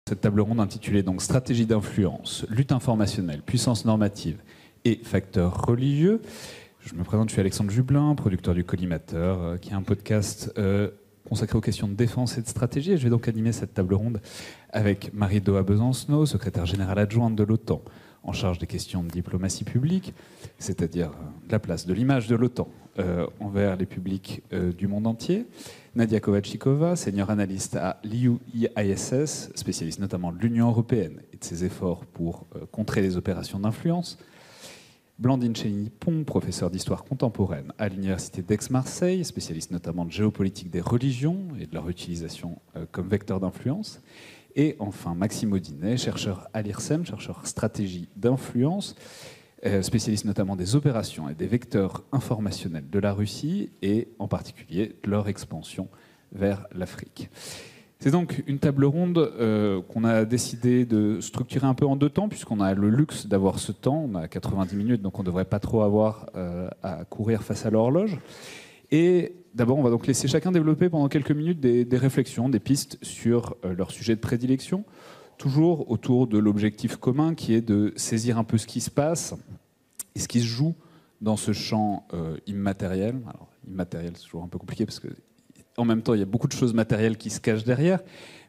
Cette table ronde intitulée donc Stratégie d'influence, lutte informationnelle, puissance normative et facteurs religieux. Je me présente, je suis Alexandre Jublin, producteur du Collimateur, qui est un podcast consacré aux questions de défense et de stratégie. Et je vais donc animer cette table ronde avec Marie-Doa Besancenot, secrétaire générale adjointe de l'OTAN, en charge des questions de diplomatie publique, c'est-à-dire la place de l'image de l'OTAN envers les publics du monde entier. Nadia Kovalchikova, senior analyste à l'EU-ISS, spécialiste notamment de l'Union européenne et de ses efforts pour contrer les opérations d'influence. Blandine Chénier-Pont, professeure d'histoire contemporaine à l'Université d'Aix-Marseille, spécialiste notamment de géopolitique des religions et de leur utilisation comme vecteur d'influence. Et enfin, Maxime Audinet, chercheur à l'IRSEM, chercheur stratégie d'influence, spécialiste notamment des opérations et des vecteurs informationnels de la Russie et en particulier de leur expansion vers l'Afrique. C'est donc une table ronde qu'on a décidé de structurer un peu en deux temps, puisqu'on a le luxe d'avoir ce temps. On a 90 minutes, donc on ne devrait pas trop avoir à courir face à l'horloge. Et d'abord, on va donc laisser chacun développer pendant quelques minutes des réflexions, des pistes sur leur sujet de prédilection, toujours autour de l'objectif commun qui est de saisir un peu ce qui se passe et ce qui se joue dans ce champ immatériel. Alors, immatériel, c'est toujours un peu compliqué parce que en même temps, il y a beaucoup de choses matérielles qui se cachent derrière.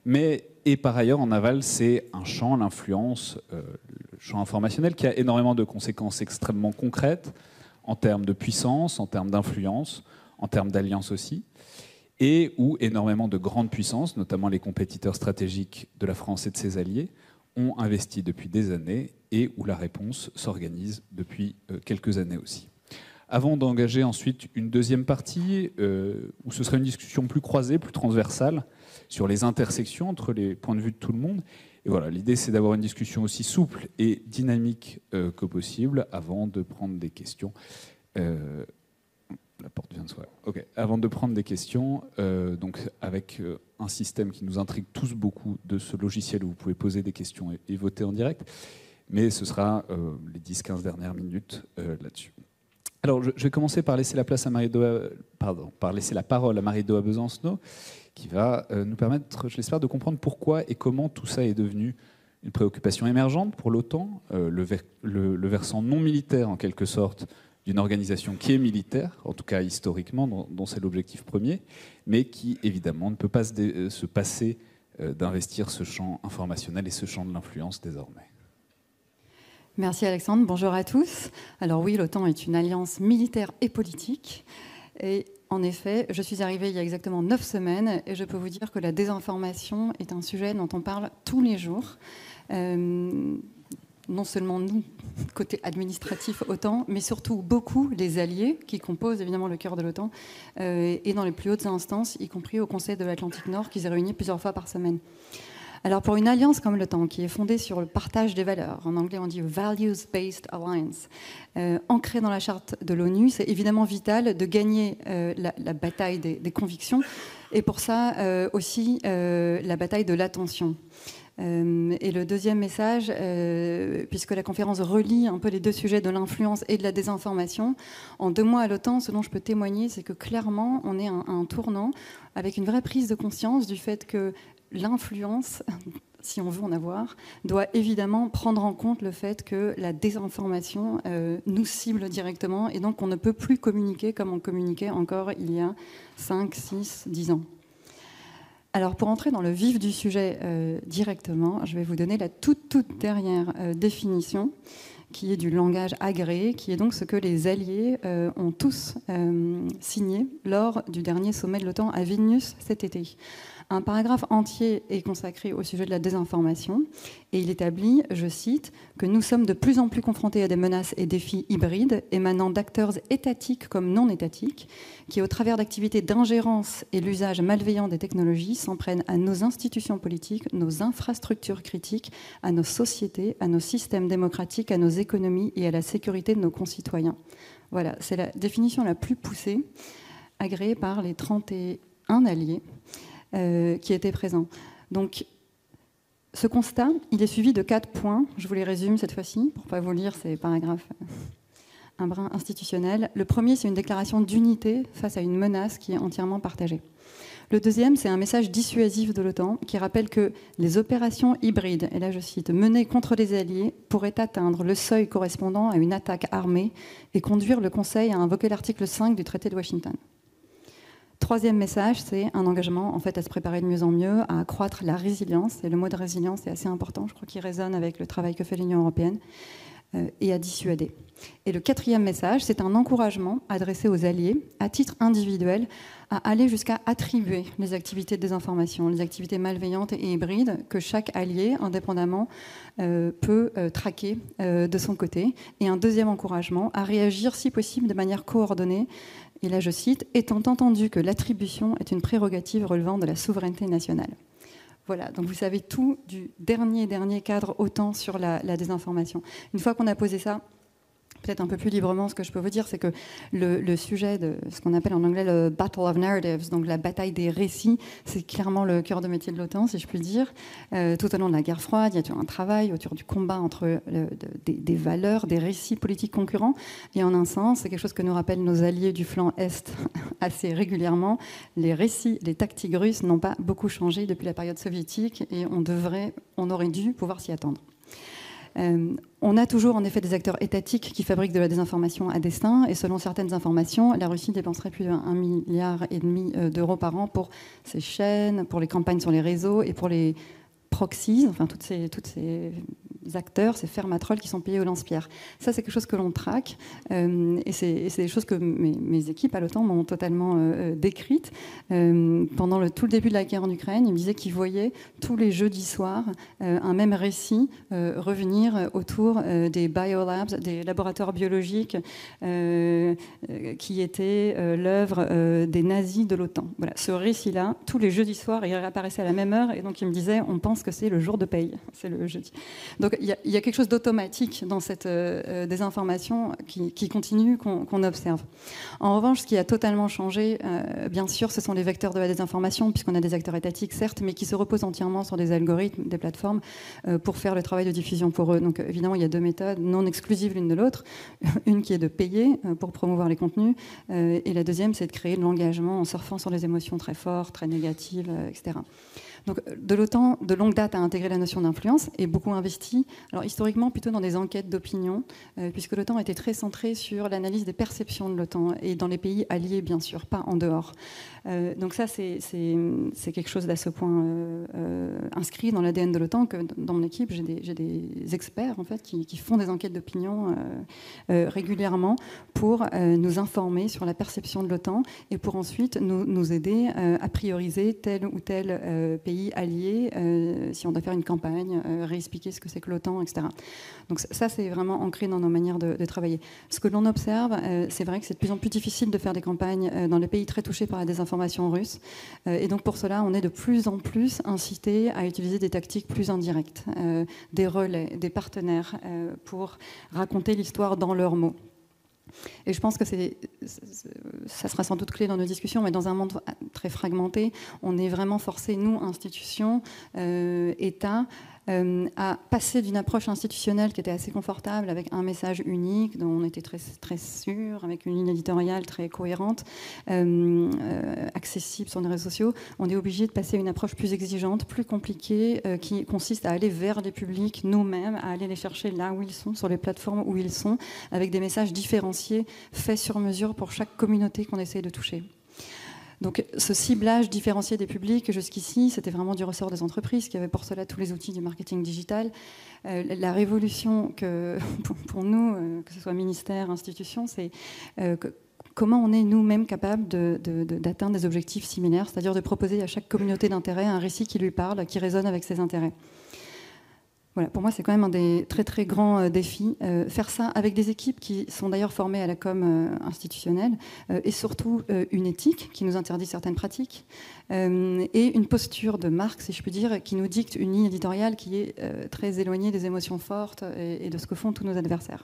Et par ailleurs, en aval, c'est un champ, l'influence, le champ informationnel, qui a énormément de conséquences extrêmement concrètes en termes de puissance, en termes d'influence, en termes d'alliance aussi, et où énormément de grandes puissances, notamment les compétiteurs stratégiques de la France et de ses alliés, ont investi depuis des années et où la réponse s'organise depuis quelques années aussi. Avant d'engager ensuite une deuxième partie, où ce serait une discussion plus croisée, plus transversale, sur les intersections entre les points de vue de tout le monde. Et voilà, l'idée c'est d'avoir une discussion aussi souple et dynamique que possible avant de prendre des questions. La porte vient de soi. Ok. Avant de prendre des questions, donc avec un système qui nous intrigue tous beaucoup de ce logiciel où vous pouvez poser des questions et voter en direct. Mais ce sera les 10-15 dernières minutes là-dessus. Alors, je vais commencer par laisser la parole à Marie-Doa Besancenot, qui va nous permettre, je l'espère, de comprendre pourquoi et comment tout ça est devenu une préoccupation émergente pour l'OTAN, le versant non militaire, en quelque sorte, d'une organisation qui est militaire, en tout cas historiquement, dont c'est l'objectif premier, mais qui, évidemment, ne peut pas se passer d'investir ce champ informationnel et ce champ de l'influence désormais. Merci Alexandre, bonjour à tous. Alors oui, l'OTAN est une alliance militaire et politique. Et en effet, je suis arrivée il y a exactement 9 semaines et je peux vous dire que la désinformation est un sujet dont on parle tous les jours. Non seulement nous, côté administratif OTAN, mais surtout beaucoup les alliés qui composent évidemment le cœur de l'OTAN et dans les plus hautes instances, y compris au Conseil de l'Atlantique Nord qui s'est réuni plusieurs fois par semaine. Alors pour une alliance comme l'OTAN, qui est fondée sur le partage des valeurs, en anglais on dit « values-based alliance », ancrée dans la charte de l'ONU, c'est évidemment vital de gagner la bataille des convictions, et pour ça aussi la bataille de l'attention. Et le deuxième message, puisque la conférence relie un peu les deux sujets de l'influence et de la désinformation, en 2 mois à l'OTAN, ce dont je peux témoigner, c'est que clairement on est à un tournant avec une vraie prise de conscience du fait que l'influence, si on veut en avoir, doit évidemment prendre en compte le fait que la désinformation nous cible directement et donc on ne peut plus communiquer comme on communiquait encore il y a 5, 6, 10 ans. Alors pour entrer dans le vif du sujet directement, je vais vous donner la toute dernière définition qui est du langage agréé, qui est donc ce que les alliés ont tous signé lors du dernier sommet de l'OTAN à Vilnius cet été. Un paragraphe entier est consacré au sujet de la désinformation et il établit, je cite, que nous sommes de plus en plus confrontés à des menaces et défis hybrides émanant d'acteurs étatiques comme non étatiques qui, au travers d'activités d'ingérence et l'usage malveillant des technologies, s'en prennent à nos institutions politiques, nos infrastructures critiques, à nos sociétés, à nos systèmes démocratiques, à nos économies et à la sécurité de nos concitoyens. Voilà, c'est la définition la plus poussée, agréée par les 31 alliés. Qui étaient présents. Donc, ce constat, il est suivi de 4 points. Je vous les résume cette fois-ci, pour ne pas vous lire ces paragraphes un brin institutionnel. Le premier, c'est une déclaration d'unité face à une menace qui est entièrement partagée. Le deuxième, c'est un message dissuasif de l'OTAN qui rappelle que les opérations hybrides, et là je cite, menées contre les alliés pourraient atteindre le seuil correspondant à une attaque armée et conduire le Conseil à invoquer l'article 5 du traité de Washington. Troisième message, c'est un engagement en fait, à se préparer de mieux en mieux, à accroître la résilience, et le mot de résilience est assez important, je crois qu'il résonne avec le travail que fait l'Union européenne, et à dissuader. Et le quatrième message, c'est un encouragement adressé aux alliés, à titre individuel, à aller jusqu'à attribuer les activités de désinformation, les activités malveillantes et hybrides que chaque allié, indépendamment, peut traquer de son côté. Et un deuxième encouragement à réagir, si possible, de manière coordonnée. Et là, je cite, « étant entendu que l'attribution est une prérogative relevant de la souveraineté nationale ». Voilà, donc vous savez tout du dernier cadre OTAN sur la désinformation. Une fois qu'on a posé ça, peut-être un peu plus librement, ce que je peux vous dire, c'est que le sujet de ce qu'on appelle en anglais le Battle of Narratives, donc la bataille des récits, c'est clairement le cœur de métier de l'OTAN, si je puis dire. Tout au long de la guerre froide, il y a un travail autour du combat entre des valeurs, des récits politiques concurrents. Et en un sens, c'est quelque chose que nous rappellent nos alliés du flanc Est assez régulièrement. Les récits, les tactiques russes n'ont pas beaucoup changé depuis la période soviétique et on aurait dû pouvoir s'y attendre. On a toujours en effet des acteurs étatiques qui fabriquent de la désinformation à dessein et selon certaines informations, la Russie dépenserait plus d'1,5 milliard d'euros par an pour ses chaînes, pour les campagnes sur les réseaux et pour les proxies, enfin toutes ces acteurs, ces fermatrolles qui sont payés au lance-pierre. Ça, c'est quelque chose que l'on traque et c'est des choses que mes équipes à l'OTAN m'ont totalement décrites. Pendant tout le début de la guerre en Ukraine, ils me disaient qu'ils voyaient tous les jeudis soirs un même récit revenir autour des biolabs, des laboratoires biologiques qui étaient l'œuvre des nazis de l'OTAN. Voilà, ce récit-là, tous les jeudis soirs, il réapparaissait à la même heure et donc ils me disaient, on pense que c'est le jour de paye, c'est le jeudi. Donc il y a quelque chose d'automatique dans cette désinformation qui continue, qu'on observe. En revanche, ce qui a totalement changé, bien sûr, ce sont les vecteurs de la désinformation, puisqu'on a des acteurs étatiques, certes, mais qui se reposent entièrement sur des algorithmes, des plateformes, pour faire le travail de diffusion pour eux. Donc évidemment, il y a deux méthodes non exclusives l'une de l'autre. Une qui est de payer pour promouvoir les contenus, et la deuxième, c'est de créer de l'engagement en surfant sur des émotions très fortes, très négatives, etc. Donc, de l'OTAN, de longue date, a intégré la notion d'influence et beaucoup investi, alors historiquement plutôt dans des enquêtes d'opinion, puisque l'OTAN était très centré sur l'analyse des perceptions de l'OTAN et dans les pays alliés, bien sûr, pas en dehors. Donc ça, c'est quelque chose d'à ce point inscrit dans l'ADN de l'OTAN que dans mon équipe, j'ai des experts en fait, qui font des enquêtes d'opinion régulièrement pour nous informer sur la perception de l'OTAN et pour ensuite nous aider à prioriser tel ou tel pays alliés, si on doit faire une campagne, réexpliquer ce que c'est que l'OTAN, etc. Donc ça, c'est vraiment ancré dans nos manières de travailler. Ce que l'on observe, c'est vrai que c'est de plus en plus difficile de faire des campagnes dans les pays très touchés par la désinformation russe. Et donc pour cela, on est de plus en plus incité à utiliser des tactiques plus indirectes, des relais, des partenaires, pour raconter l'histoire dans leurs mots. Et je pense que ça sera sans doute clé dans nos discussions, mais dans un monde très fragmenté, on est vraiment forcé, nous, institutions, États, à passer d'une approche institutionnelle qui était assez confortable, avec un message unique, dont on était très, très sûr, avec une ligne éditoriale très cohérente, accessible sur les réseaux sociaux. On est obligé de passer à une approche plus exigeante, plus compliquée, qui consiste à aller vers les publics nous-mêmes, à aller les chercher là où ils sont, sur les plateformes où ils sont, avec des messages différenciés, faits sur mesure pour chaque communauté qu'on essaye de toucher. Donc ce ciblage différencié des publics, jusqu'ici, c'était vraiment du ressort des entreprises qui avaient pour cela tous les outils du marketing digital. La révolution pour nous, que ce soit ministère, institution, c'est comment on est nous-mêmes capables d'atteindre des objectifs similaires, c'est-à-dire de proposer à chaque communauté d'intérêt un récit qui lui parle, qui résonne avec ses intérêts. Voilà, pour moi, c'est quand même un des très très grands défis. Faire ça avec des équipes qui sont d'ailleurs formées à la com institutionnelle et surtout une éthique qui nous interdit certaines pratiques et une posture de marque, si je puis dire, qui nous dicte une ligne éditoriale qui est très éloignée des émotions fortes et de ce que font tous nos adversaires.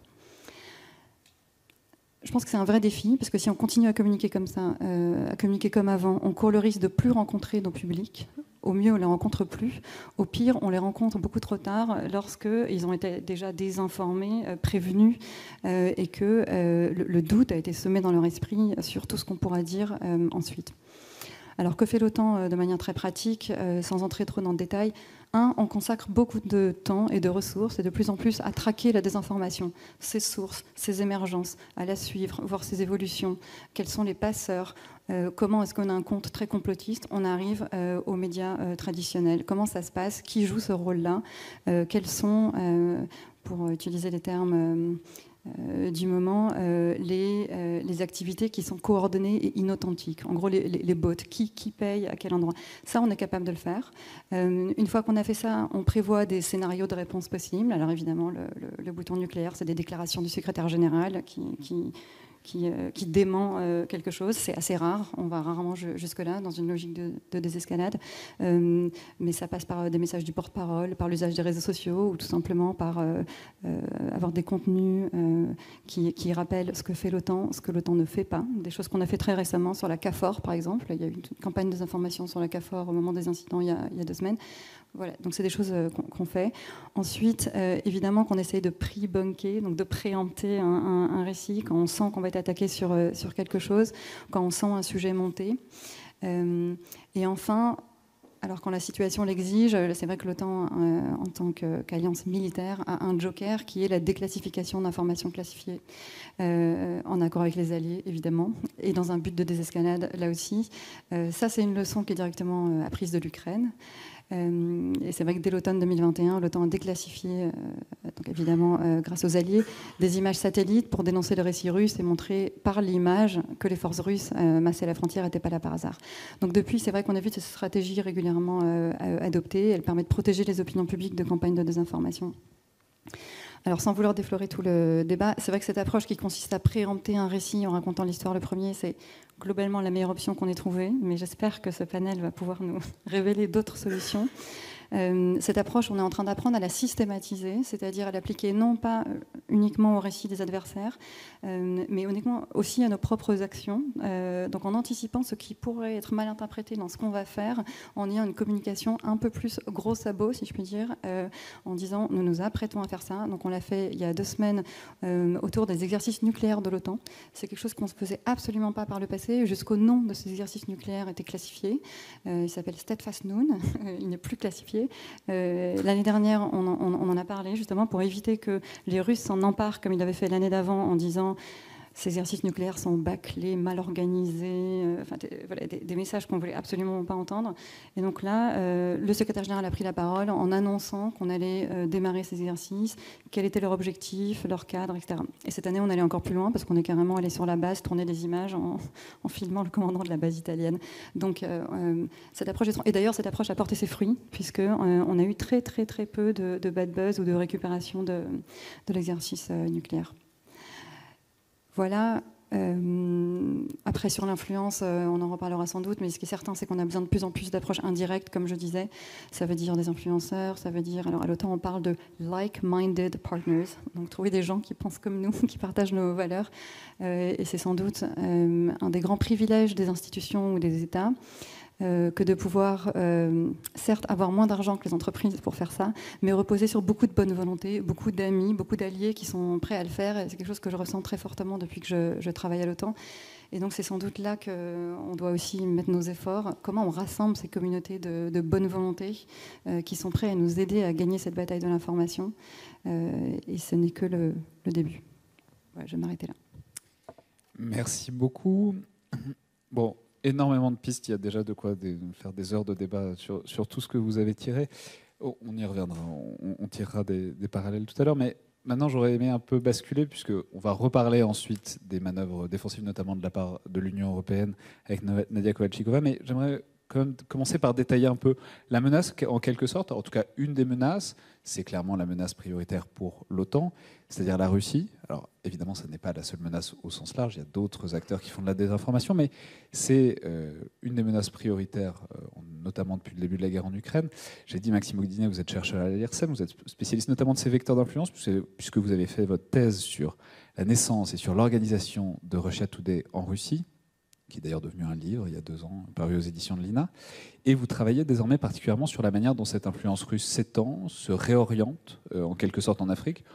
Je pense que c'est un vrai défi, parce que si on continue à communiquer comme ça, à communiquer comme avant, on court le risque de ne plus rencontrer nos publics. Au mieux, on ne les rencontre plus. Au pire, on les rencontre beaucoup trop tard, lorsqu'ils ont été déjà désinformés, prévenus, et que le doute a été semé dans leur esprit sur tout ce qu'on pourra dire ensuite. Alors que fait l'OTAN de manière très pratique, sans entrer trop dans le détail? On consacre beaucoup de temps et de ressources et de plus en plus à traquer la désinformation, ses sources, ses émergences, à la suivre, voir ses évolutions, quels sont les passeurs, comment est-ce qu'on a un compte très complotiste, on arrive aux médias traditionnels, comment ça se passe, qui joue ce rôle-là, quels sont, pour utiliser les termes du moment, les activités qui sont coordonnées et inauthentiques. En gros, les bots, qui paye à quel endroit. Ça, on est capable de le faire. Une fois qu'on a fait ça, on prévoit des scénarios de réponse possibles. Alors évidemment, le bouton nucléaire, c'est des déclarations du secrétaire général qui dément quelque chose. C'est assez rare, on va rarement jusque-là dans une logique de désescalade, mais ça passe par des messages du porte-parole, par l'usage des réseaux sociaux ou tout simplement par avoir des contenus qui rappellent ce que fait l'OTAN, ce que l'OTAN ne fait pas. Des choses qu'on a fait très récemment sur la KFOR par exemple. Il y a eu une campagne de désinformation sur la KFOR au moment des incidents il y a 2 semaines. Voilà, donc c'est des choses qu'on fait. Ensuite, évidemment qu'on essaye de pre-bunker, donc de préempter un récit quand on sent qu'on va être attaqué sur quelque chose, quand on sent un sujet monter. Et enfin, alors quand la situation l'exige, c'est vrai que l'OTAN, en tant qu'alliance militaire, a un joker qui est la déclassification d'informations classifiées, en accord avec les alliés, évidemment, et dans un but de désescalade, là aussi. Ça, c'est une leçon qui est directement apprise de l'Ukraine. Et c'est vrai que dès l'automne 2021, l'OTAN a déclassifié, donc évidemment grâce aux alliés, des images satellites pour dénoncer le récit russe et montrer par l'image que les forces russes massées à la frontière n'étaient pas là par hasard. Donc depuis, c'est vrai qu'on a vu cette stratégie régulièrement adoptée. Elle permet de protéger les opinions publiques de campagnes de désinformation. Alors, sans vouloir déflorer tout le débat, c'est vrai que cette approche qui consiste à préempter un récit en racontant l'histoire le premier, c'est globalement la meilleure option qu'on ait trouvée, mais j'espère que ce panel va pouvoir nous révéler d'autres solutions. Cette approche, on est en train d'apprendre à la systématiser, c'est-à-dire à l'appliquer non pas uniquement au récit des adversaires, mais uniquement aussi à nos propres actions, donc en anticipant ce qui pourrait être mal interprété dans ce qu'on va faire, en ayant une communication un peu plus gros sabot, si je puis dire, en disant nous nous apprêtons à faire ça. Donc on l'a fait il y a 2 semaines autour des exercices nucléaires de l'OTAN. C'est quelque chose qu'on ne se faisait absolument pas par le passé, jusqu'au nom de ces exercices nucléaires était classifié. Il s'appelle Steadfast Noon, il n'est plus classifié. L'année dernière, on en a parlé justement pour éviter que les Russes s'en emparent comme ils l'avaient fait l'année d'avant en disant ces exercices nucléaires sont bâclés, mal organisés, voilà, des messages qu'on ne voulait absolument pas entendre. Et donc là, le secrétaire général a pris la parole en annonçant qu'on allait démarrer ces exercices, quel était leur objectif, leur cadre, etc. Et cette année, on allait encore plus loin parce qu'on est carrément allé sur la base, tourner des images en filmant le commandant de la base italienne. Donc cette approche et d'ailleurs, cette approche a porté ses fruits puisqu'on a eu très, très, très peu de bad buzz ou de récupération de l'exercice nucléaire. Voilà. Après, sur l'influence, on en reparlera sans doute, mais ce qui est certain, c'est qu'on a besoin de plus en plus d'approches indirectes, comme je disais. Ça veut dire des influenceurs, ça veut dire... Alors, à l'OTAN, on parle de like-minded partners, donc trouver des gens qui pensent comme nous, qui partagent nos valeurs. Et c'est sans doute un des grands privilèges des institutions ou des États, que de pouvoir, certes, avoir moins d'argent que les entreprises pour faire ça, mais reposer sur beaucoup de bonne volonté, beaucoup d'amis, beaucoup d'alliés qui sont prêts à le faire. Et c'est quelque chose que je ressens très fortement depuis que je travaille à l'OTAN. Et donc c'est sans doute là qu'on doit aussi mettre nos efforts. Comment on rassemble ces communautés de bonne volonté qui sont prêts à nous aider à gagner cette bataille de l'information. Et ce n'est que le début. Ouais, je vais m'arrêter là. Merci beaucoup. Bon, énormément de pistes. Il y a déjà de quoi faire des heures de débat sur tout ce que vous avez tiré. Oh, on y reviendra. On tirera des parallèles tout à l'heure. Mais maintenant, j'aurais aimé un peu basculer, puisqu'on va reparler ensuite des manœuvres défensives, notamment de la part de l'Union européenne avec Nadia Kovalchikova. Mais j'aimerais quand même commencer par détailler un peu la menace, en quelque sorte. En tout cas, une des menaces, c'est clairement la menace prioritaire pour l'OTAN, c'est-à-dire la Russie. Alors, évidemment, ce n'est pas la seule menace au sens large. Il y a d'autres acteurs qui font de la désinformation, mais c'est une des menaces prioritaires, notamment depuis le début de la guerre en Ukraine. J'ai dit, Maxime Audinet, vous êtes chercheur à l'IRSEM, vous êtes spécialiste notamment de ces vecteurs d'influence, puisque vous avez fait votre thèse sur la naissance et sur l'organisation de Russia Today en Russie, qui est d'ailleurs devenu un livre il y a 2 ans, paru aux éditions de l'INA. Et vous travaillez désormais particulièrement sur la manière dont cette influence russe s'étend, se réoriente en quelque sorte en Afrique,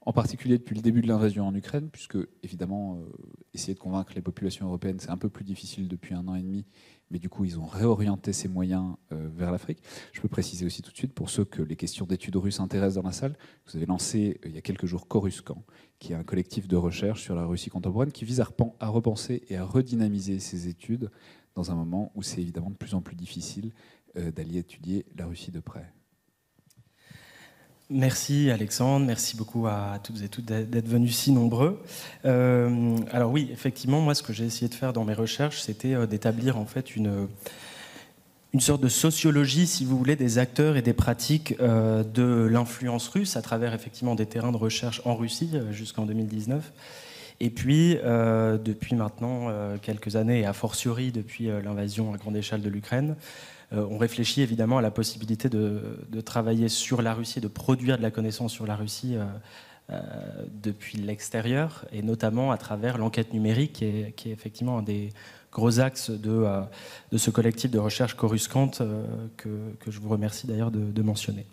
en particulier depuis le début de l'invasion en Ukraine, puisque évidemment, essayer de convaincre les populations européennes, c'est un peu plus difficile depuis 1 an et demi, mais du coup, ils ont réorienté ces moyens vers l'Afrique. Je peux préciser aussi tout de suite, pour ceux que les questions d'études russes intéressent dans la salle, vous avez lancé il y a quelques jours Coruscant, qui est un collectif de recherche sur la Russie contemporaine qui vise à repenser et à redynamiser ces études dans un moment où c'est évidemment de plus en plus difficile d'aller étudier la Russie de près. Merci Alexandre, merci beaucoup à toutes et toutes d'être venus si nombreux. Alors oui, effectivement, moi ce que j'ai essayé de faire dans mes recherches, c'était d'établir en fait une sorte de sociologie, si vous voulez, des acteurs et des pratiques de l'influence russe à travers effectivement des terrains de recherche en Russie jusqu'en 2019. Et puis, depuis maintenant quelques années, et a fortiori depuis l'invasion à grande échelle de l'Ukraine, on réfléchit évidemment à la possibilité de travailler sur la Russie, de produire de la connaissance sur la Russie depuis l'extérieur, et notamment à travers l'enquête numérique, qui est effectivement un des gros axes de ce collectif de recherche Coruscant, que je vous remercie d'ailleurs de mentionner.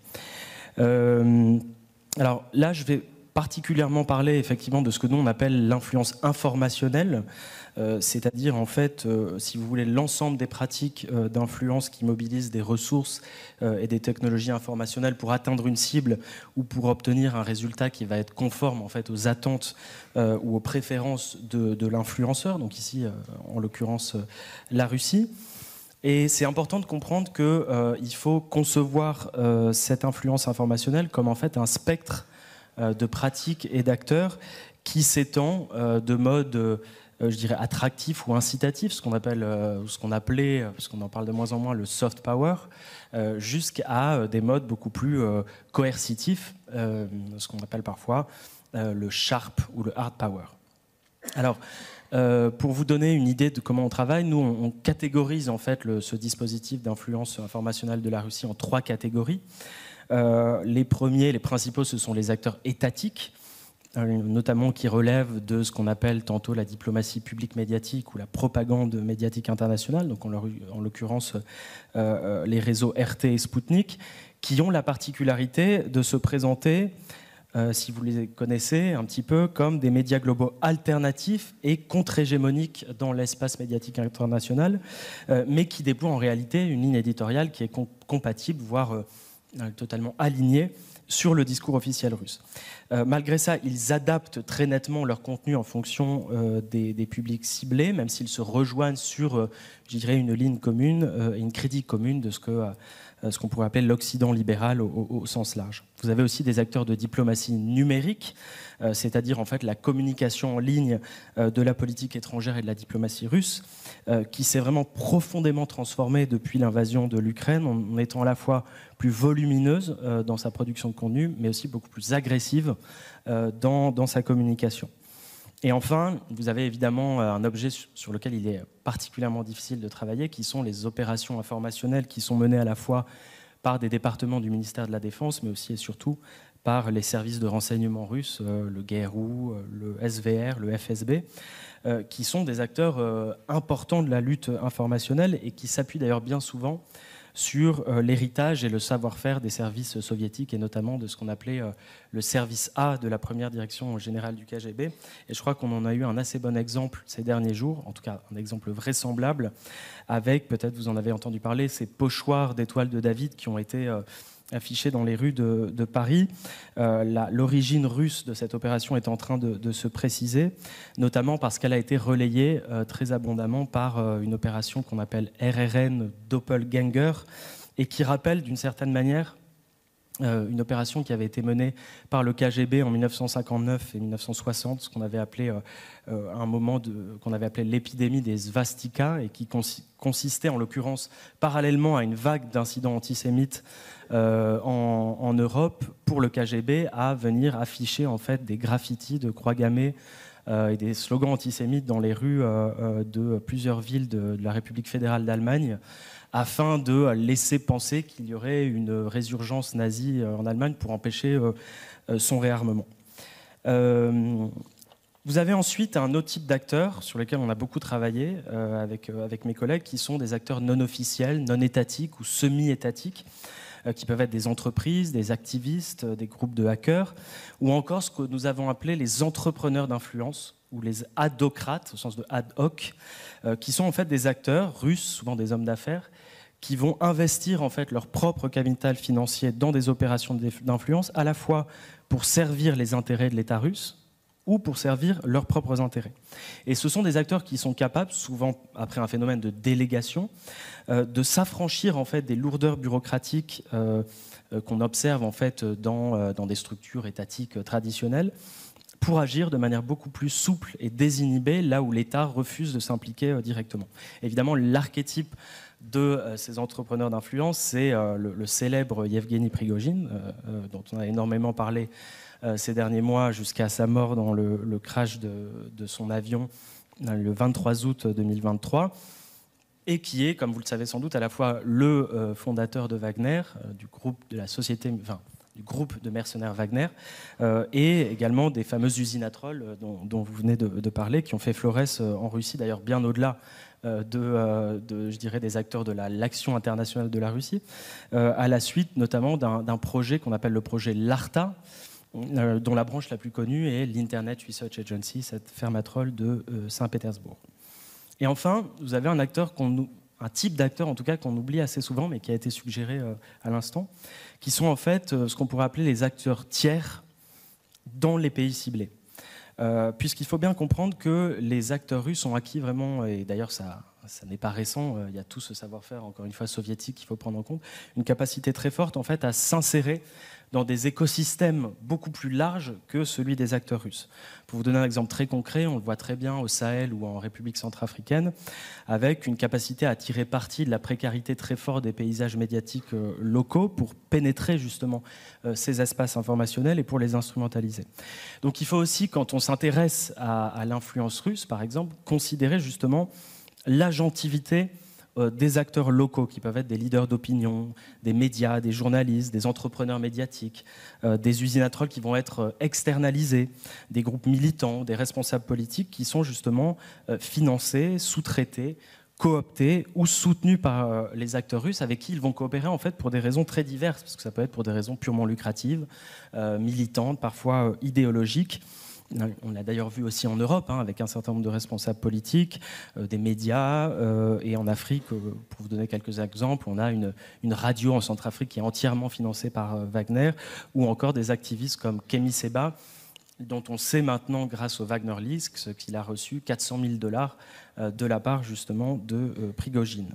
Alors là, je vais particulièrement parler effectivement de ce que nous on appelle l'influence informationnelle, c'est-à-dire en fait, si vous voulez, l'ensemble des pratiques d'influence qui mobilisent des ressources et des technologies informationnelles pour atteindre une cible ou pour obtenir un résultat qui va être conforme en fait aux attentes ou aux préférences de l'influenceur, donc ici en l'occurrence la Russie. Et c'est important de comprendre qu'il faut concevoir cette influence informationnelle comme en fait un spectre de pratiques et d'acteurs qui s'étend de mode, je dirais, attractif ou incitatif, ce qu'on appelait, parce qu'on en parle de moins en moins, le soft power, jusqu'à des modes beaucoup plus coercitifs, ce qu'on appelle parfois le sharp ou le hard power. Alors, pour vous donner une idée de comment on travaille, nous, on catégorise en fait ce dispositif d'influence informationnelle de la Russie en 3 catégories. Les principaux, ce sont les acteurs étatiques, notamment qui relèvent de ce qu'on appelle tantôt la diplomatie publique médiatique ou la propagande médiatique internationale, donc en l'occurrence les réseaux RT et Sputnik, qui ont la particularité de se présenter, si vous les connaissez un petit peu, comme des médias globaux alternatifs et contre-hégémoniques dans l'espace médiatique international, mais qui déploient en réalité une ligne éditoriale qui est compatible, voire totalement alignés sur le discours officiel russe. Malgré ça, ils adaptent très nettement leur contenu en fonction des publics ciblés, même s'ils se rejoignent sur, je dirais, une ligne commune et une critique commune de ce qu'on pourrait appeler l'Occident libéral au sens large. Vous avez aussi des acteurs de diplomatie numérique, c'est-à-dire en fait la communication en ligne de la politique étrangère et de la diplomatie russe, qui s'est vraiment profondément transformée depuis l'invasion de l'Ukraine, en étant à la fois plus volumineuse dans sa production de contenu, mais aussi beaucoup plus agressive dans sa communication. Et enfin, vous avez évidemment un objet sur lequel il est particulièrement difficile de travailler, qui sont les opérations informationnelles qui sont menées à la fois par des départements du ministère de la Défense, mais aussi et surtout par les services de renseignement russes, le GRU, le SVR, le FSB, qui sont des acteurs importants de la lutte informationnelle et qui s'appuient d'ailleurs bien souvent sur l'héritage et le savoir-faire des services soviétiques et notamment de ce qu'on appelait le service A de la première direction générale du KGB. Et je crois qu'on en a eu un assez bon exemple ces derniers jours, en tout cas un exemple vraisemblable, avec, peut-être vous en avez entendu parler, ces pochoirs d'étoiles de David qui ont été affichés dans les rues de Paris. L'origine russe de cette opération est en train de se préciser, notamment parce qu'elle a été relayée très abondamment par une opération qu'on appelle RRN Doppelganger, et qui rappelle d'une certaine manière une opération qui avait été menée par le KGB en 1959 et 1960, ce qu'on avait appelé un moment qu'on avait appelé l'épidémie des svastikas, et qui consistait en l'occurrence parallèlement à une vague d'incidents antisémites en Europe, pour le KGB à venir afficher en fait des graffitis de croix gammées et des slogans antisémites dans les rues de plusieurs villes de la République fédérale d'Allemagne, afin de laisser penser qu'il y aurait une résurgence nazie en Allemagne pour empêcher son réarmement. Vous avez ensuite un autre type d'acteurs sur lesquels on a beaucoup travaillé avec mes collègues, qui sont des acteurs non officiels, non étatiques ou semi-étatiques, qui peuvent être des entreprises, des activistes, des groupes de hackers, ou encore ce que nous avons appelé les entrepreneurs d'influence, ou les adocrates, au sens de ad hoc, qui sont en fait des acteurs russes, souvent des hommes d'affaires, qui vont investir en fait leur propre capital financier dans des opérations d'influence, à la fois pour servir les intérêts de l'État russe, ou pour servir leurs propres intérêts. Et ce sont des acteurs qui sont capables, souvent après un phénomène de délégation, de s'affranchir en fait des lourdeurs bureaucratiques qu'on observe en fait dans des structures étatiques traditionnelles, pour agir de manière beaucoup plus souple et désinhibée là où l'État refuse de s'impliquer directement. Évidemment, l'archétype de ces entrepreneurs d'influence, c'est le célèbre Yevgeny Prigojine, dont on a énormément parlé ces derniers mois, jusqu'à sa mort dans le crash de son avion le 23 août 2023, et qui est, comme vous le savez sans doute, à la fois le fondateur de Wagner, du groupe de la société, enfin, du groupe de mercenaires Wagner, et également des fameuses usines à trolls dont vous venez de parler, qui ont fait florès en Russie, d'ailleurs bien au-delà je dirais, des acteurs de l'action internationale de la Russie, à la suite notamment d'un projet qu'on appelle le projet LARTA, dont la branche la plus connue est l'Internet Research Agency, cette ferme à trolls de Saint-Pétersbourg. Et enfin, vous avez un type d'acteur en tout cas qu'on oublie assez souvent, mais qui a été suggéré à l'instant, qui sont en fait ce qu'on pourrait appeler les acteurs tiers dans les pays ciblés. Puisqu'il faut bien comprendre que les acteurs russes ont acquis vraiment, et d'ailleurs ça n'est pas récent, il y a tout ce savoir-faire, encore une fois soviétique, qu'il faut prendre en compte, une capacité très forte en fait à s'insérer dans des écosystèmes beaucoup plus larges que celui des acteurs russes. Pour vous donner un exemple très concret, on le voit très bien au Sahel ou en République centrafricaine, avec une capacité à tirer parti de la précarité très forte des paysages médiatiques locaux pour pénétrer justement ces espaces informationnels et pour les instrumentaliser. Donc il faut aussi, quand on s'intéresse à l'influence russe, par exemple, considérer justement l'agentivité des acteurs locaux qui peuvent être des leaders d'opinion, des médias, des journalistes, des entrepreneurs médiatiques, des usines à trolls qui vont être externalisées, des groupes militants, des responsables politiques qui sont justement financés, sous-traités, cooptés ou soutenus par les acteurs russes avec qui ils vont coopérer en fait pour des raisons très diverses, parce que ça peut être pour des raisons purement lucratives, militantes, parfois idéologiques. On l'a d'ailleurs vu aussi en Europe, avec un certain nombre de responsables politiques, des médias, et en Afrique, pour vous donner quelques exemples, on a une radio en Centrafrique qui est entièrement financée par Wagner, ou encore des activistes comme Kemi Seba, dont on sait maintenant, grâce au Wagner Leaks, qu'il a reçu 400 000 $ de la part justement de Prigojine.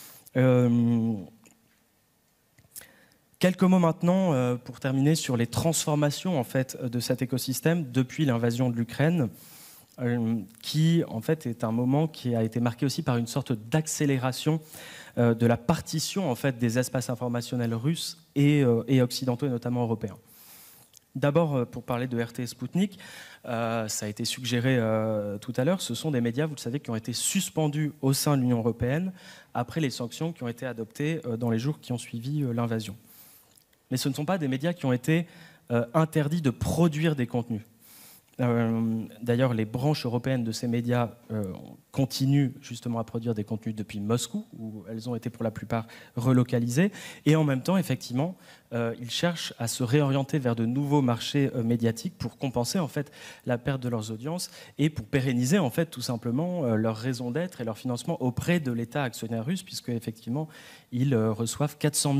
Quelques mots maintenant, pour terminer, sur les transformations en fait, de cet écosystème depuis l'invasion de l'Ukraine, qui en fait est un moment qui a été marqué aussi par une sorte d'accélération de la partition en fait, des espaces informationnels russes et occidentaux, et notamment européens. D'abord, pour parler de RT et Sputnik, ça a été suggéré tout à l'heure, ce sont des médias, vous le savez, qui ont été suspendus au sein de l'Union européenne après les sanctions qui ont été adoptées dans les jours qui ont suivi l'invasion. Mais ce ne sont pas des médias qui ont été interdits de produire des contenus. D'ailleurs, les branches européennes de ces médias continuent justement à produire des contenus depuis Moscou, où elles ont été pour la plupart relocalisées. Et en même temps, effectivement, ils cherchent à se réorienter vers de nouveaux marchés médiatiques pour compenser en fait la perte de leurs audiences et pour pérenniser en fait tout simplement leur raison d'être et leur financement auprès de l'État actionnaire russe, puisque effectivement ils reçoivent 400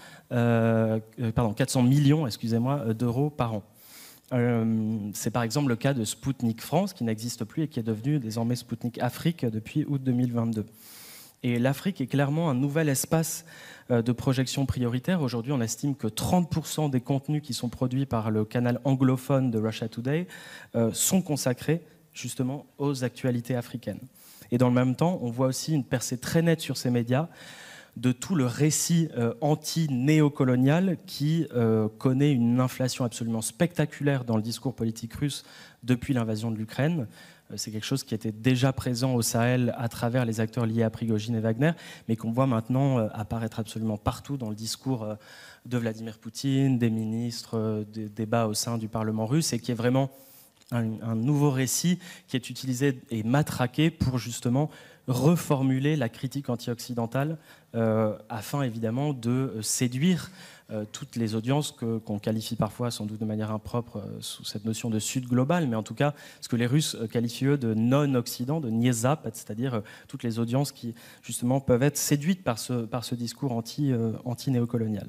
millions d'euros par an. C'est par exemple le cas de Sputnik France, qui n'existe plus et qui est devenu désormais Sputnik Afrique depuis août 2022. Et l'Afrique est clairement un nouvel espace de projection prioritaire. Aujourd'hui, on estime que 30% des contenus qui sont produits par le canal anglophone de Russia Today sont consacrés justement aux actualités africaines. Et dans le même temps, on voit aussi une percée très nette sur ces médias de tout le récit anti-néocolonial qui connaît une inflation absolument spectaculaire dans le discours politique russe depuis l'invasion de l'Ukraine. C'est quelque chose qui était déjà présent au Sahel à travers les acteurs liés à Prigojine et Wagner, mais qu'on voit maintenant apparaître absolument partout dans le discours de Vladimir Poutine, des ministres, des débats au sein du Parlement russe, et qui est vraiment un nouveau récit qui est utilisé et matraqué pour justement reformuler la critique anti-occidentale afin évidemment de séduire toutes les audiences qu'on qualifie parfois sans doute de manière impropre sous cette notion de Sud global, mais en tout cas ce que les Russes qualifient eux de non-Occident, de nie-Zapad, c'est-à-dire toutes les audiences qui justement peuvent être séduites par ce discours anti-néocolonial.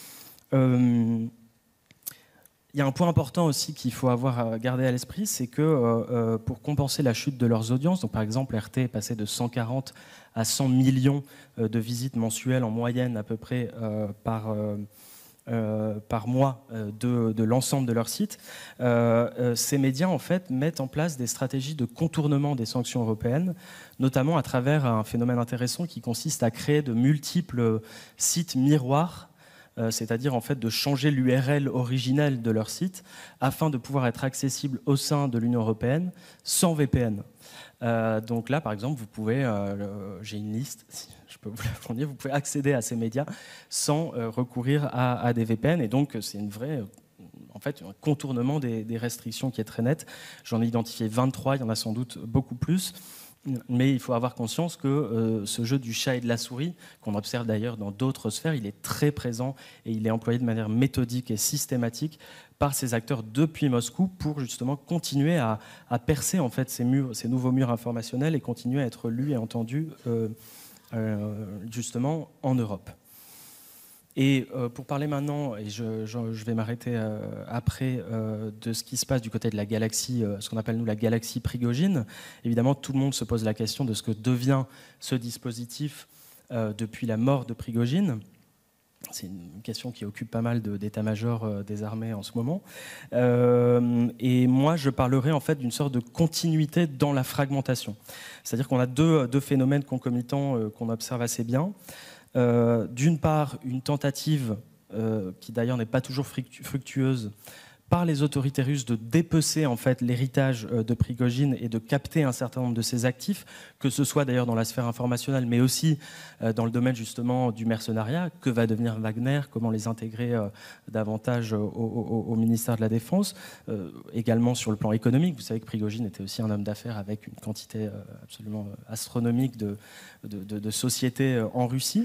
Il y a un point important aussi qu'il faut avoir gardé à l'esprit, c'est que pour compenser la chute de leurs audiences, donc par exemple RT est passé de 140 à 100 millions de visites mensuelles en moyenne à peu près par mois de l'ensemble de leur site, ces médias en fait mettent en place des stratégies de contournement des sanctions européennes, notamment à travers un phénomène intéressant qui consiste à créer de multiples sites miroirs, c'est-à-dire en fait de changer l'URL originelle de leur site afin de pouvoir être accessible au sein de l'Union européenne sans VPN. Donc là, par exemple, vous pouvez, j'ai une liste, si je peux vous la fournir, vous pouvez accéder à ces médias sans recourir à des VPN, et donc c'est une vraie, en fait, un contournement des restrictions qui est très net. J'en ai identifié 23, il y en a sans doute beaucoup plus. Mais il faut avoir conscience que ce jeu du chat et de la souris, qu'on observe d'ailleurs dans d'autres sphères, il est très présent et il est employé de manière méthodique et systématique par ces acteurs depuis Moscou pour justement continuer à percer en fait ces nouveaux murs informationnels et continuer à être lus et entendus justement en Europe. Et pour parler maintenant, et je vais m'arrêter après, de ce qui se passe du côté de la galaxie, ce qu'on appelle nous la galaxie Prigojine, évidemment tout le monde se pose la question de ce que devient ce dispositif depuis la mort de Prigojine. C'est une question qui occupe pas mal d'états-majors des armées en ce moment. Et moi, je parlerai en fait d'une sorte de continuité dans la fragmentation. C'est-à-dire qu'on a deux phénomènes concomitants qu'on observe assez bien. D'une part, une tentative, qui d'ailleurs n'est pas toujours fructueuse, par les autorités russes de dépecer en fait l'héritage de Prigojine et de capter un certain nombre de ses actifs, que ce soit d'ailleurs dans la sphère informationnelle, mais aussi dans le domaine justement du mercenariat. Que va devenir Wagner? Comment les intégrer davantage au ministère de la Défense? Également sur le plan économique, vous savez que Prigojine était aussi un homme d'affaires avec une quantité absolument astronomique de sociétés en Russie.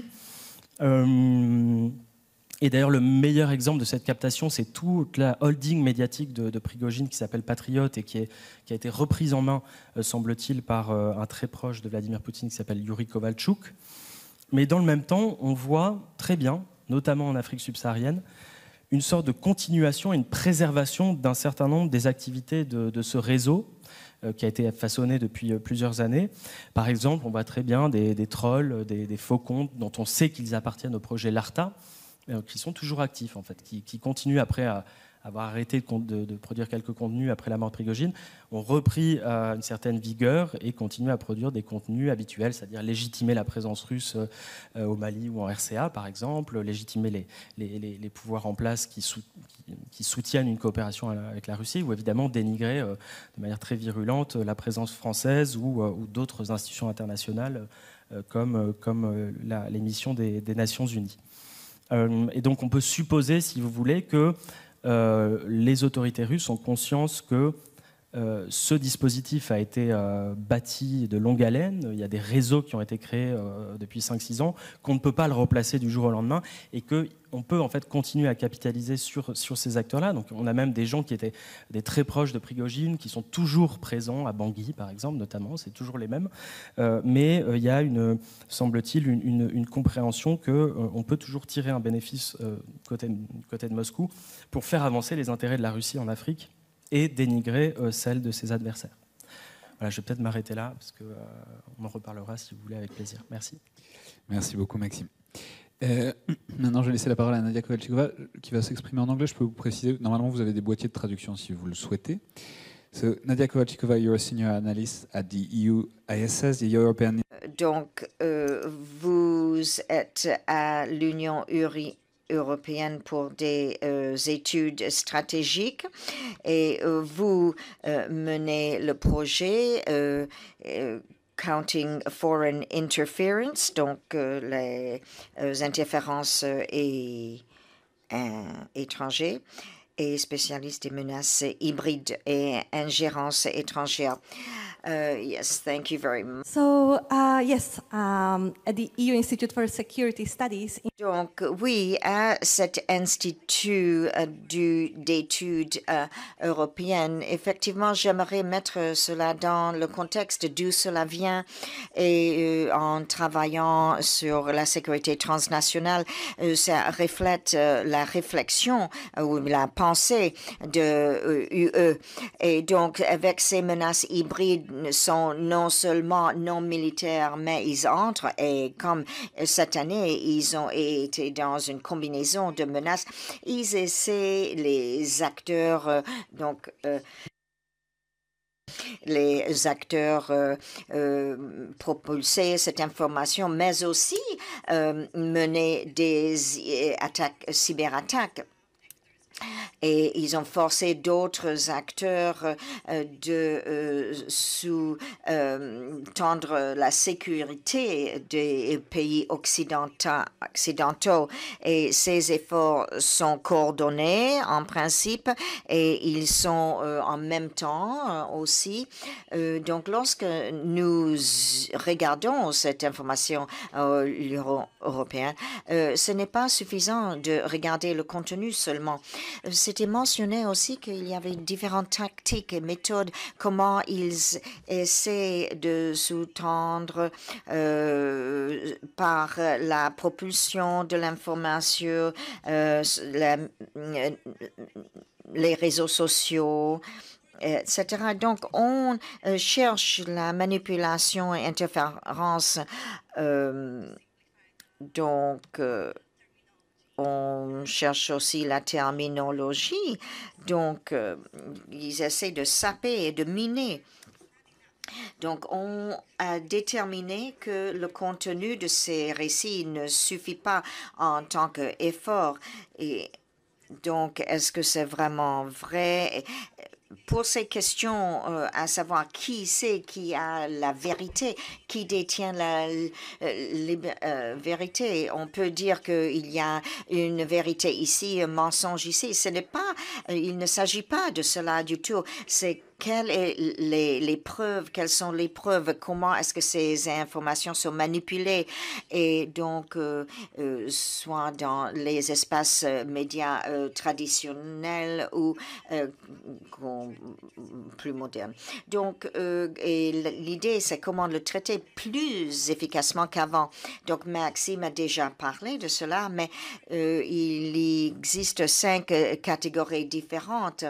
Et d'ailleurs, le meilleur exemple de cette captation, c'est toute la holding médiatique de Prigojine qui s'appelle Patriot et qui a été reprise en main, semble-t-il, par un très proche de Vladimir Poutine qui s'appelle Yuri Kovalchuk. Mais dans le même temps, on voit très bien, notamment en Afrique subsaharienne, une sorte de continuation et une préservation d'un certain nombre des activités de ce réseau qui a été façonné depuis plusieurs années. Par exemple, on voit très bien des trolls, des faux comptes dont on sait qu'ils appartiennent au projet Larta, qui sont toujours actifs, en fait, qui continuent après à avoir arrêté de produire quelques contenus après la mort de Prigojine, ont repris une certaine vigueur et continuent à produire des contenus habituels, c'est-à-dire légitimer la présence russe au Mali ou en RCA, par exemple, légitimer les pouvoirs en place qui soutiennent une coopération avec la Russie, ou évidemment dénigrer de manière très virulente la présence française ou d'autres institutions internationales comme les missions des Nations Unies. Et donc on peut supposer, si vous voulez, que les autorités russes ont conscience que ce dispositif a été bâti de longue haleine. Il y a des réseaux qui ont été créés depuis 5-6 ans, qu'on ne peut pas le replacer du jour au lendemain, et qu'on peut en fait continuer à capitaliser sur ces acteurs-là. Donc on a même des gens qui étaient des très proches de Prigojine, qui sont toujours présents à Bangui, par exemple, notamment, c'est toujours les mêmes. Mais il y a, semble-t-il, une compréhension qu'on peut toujours tirer un bénéfice côté de Moscou pour faire avancer les intérêts de la Russie en Afrique et dénigrer celle de ses adversaires. Voilà, je vais peut-être m'arrêter là, parce qu'on en reparlera si vous voulez avec plaisir. Merci. Merci beaucoup, Maxime. Maintenant, je vais laisser la parole à Nadia Kovalchikova, qui va s'exprimer en anglais. Je peux vous préciser, normalement, vous avez des boîtiers de traduction si vous le souhaitez. So, Nadia Kovalchikova, you're a senior analyst at the EU ISS, the European... Donc, vous êtes à l'Union européenne pour des études stratégiques et vous menez le projet Counting Foreign Interference, donc les interférences étrangères. et spécialiste des menaces hybrides et ingérences étrangères. Yes, thank you very much. So, yes, at the EU Institute for Security Studies. Donc, oui, à cet institut d'études européennes, effectivement, j'aimerais mettre cela dans le contexte d'où cela vient et en travaillant sur la sécurité transnationale, ça reflète la réflexion ou la pensée de UE. Et donc, avec ces menaces hybrides, sont non seulement non militaires, mais ils entrent et comme cette année, ils ont été dans une combinaison de menaces, ils essaient, les acteurs, propulser cette information, mais aussi mener des attaques, cyberattaques. Et ils ont forcé d'autres acteurs de sous-tendre la sécurité des pays occidentaux. Et ces efforts sont coordonnés en principe et ils sont en même temps aussi. Donc, lorsque nous regardons cette information européenne, ce n'est pas suffisant de regarder le contenu seulement. C'était mentionné aussi qu'il y avait différentes tactiques et méthodes, comment ils essaient de sous-tendre par la propulsion de l'information, les réseaux sociaux, etc. Donc, on cherche la manipulation et interférence. On cherche aussi la terminologie. Donc, ils essaient de saper et de miner. Donc, on a déterminé que le contenu de ces récits ne suffit pas en tant qu'effort. Et donc, est-ce que c'est vraiment vrai? Pour ces questions, à savoir qui c'est qui a la vérité, qui détient la vérité, on peut dire qu'il y a une vérité ici, un mensonge ici. Il ne s'agit pas de cela du tout. C'est quelles sont les preuves, comment est-ce que ces informations sont manipulées et donc soit dans les espaces médias traditionnels ou plus modernes. Donc, l'idée, c'est comment le traiter plus efficacement qu'avant. Donc, Maxime a déjà parlé de cela, mais il existe 5 catégories différentes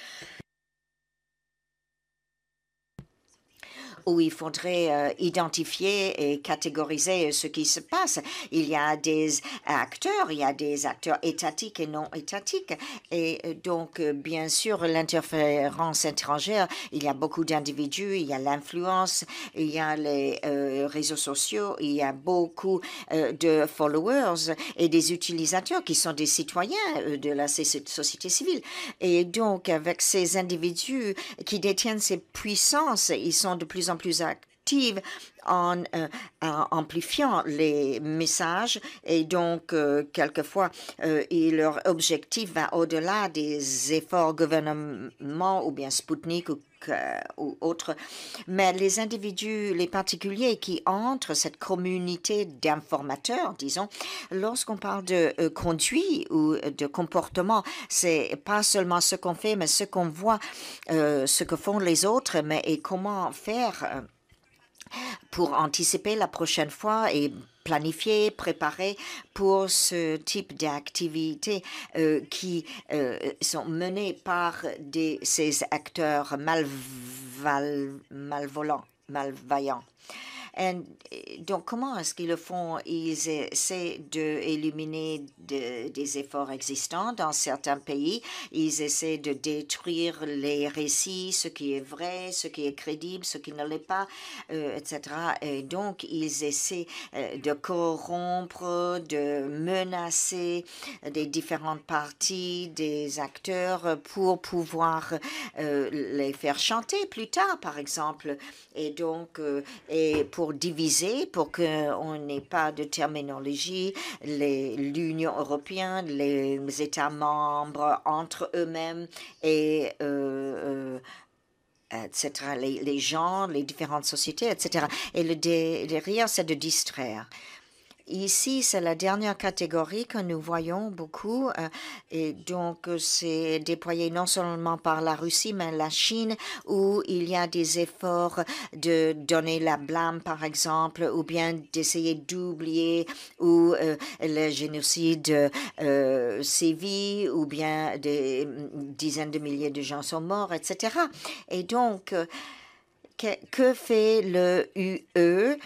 où il faudrait identifier et catégoriser ce qui se passe. Il y a des acteurs étatiques et non étatiques. Et donc, bien sûr, l'interférence étrangère, il y a beaucoup d'individus, il y a l'influence, il y a les réseaux sociaux, il y a beaucoup de followers et des utilisateurs qui sont des citoyens de la société civile. Et donc, avec ces individus qui détiennent ces puissances, ils sont de plus en plus actives en amplifiant les messages et donc quelquefois leur objectif va au-delà des efforts gouvernementaux ou bien Sputnik ou autres, mais les individus, les particuliers qui entrent cette communauté d'informateurs, disons, lorsqu'on parle de conduite ou de comportement, c'est pas seulement ce qu'on fait, mais ce qu'on voit, ce que font les autres, mais et comment faire pour anticiper la prochaine fois et planifier, préparer pour ce type d'activités qui sont menées par ces acteurs malveillants. Donc, comment est-ce qu'ils le font? Ils essaient d'éliminer des efforts existants dans certains pays. Ils essaient de détruire les récits, ce qui est vrai, ce qui est crédible, ce qui ne l'est pas, etc. Et donc, ils essaient de corrompre, de menacer des différentes parties des acteurs pour pouvoir les faire chanter plus tard, par exemple. Et donc, et pour pour diviser, pour qu'on n'ait pas de terminologie, l'Union européenne, les États membres entre eux-mêmes et etc., les gens, les différentes sociétés, etc. Et le derrière, c'est de distraire. Ici, c'est la dernière catégorie que nous voyons beaucoup. Et donc, c'est déployé non seulement par la Russie, mais la Chine, où il y a des efforts de donner la blâme, par exemple, ou bien d'essayer d'oublier ou le génocide sévit, ou bien des dizaines de milliers de gens sont morts, etc. Et donc, que fait le UE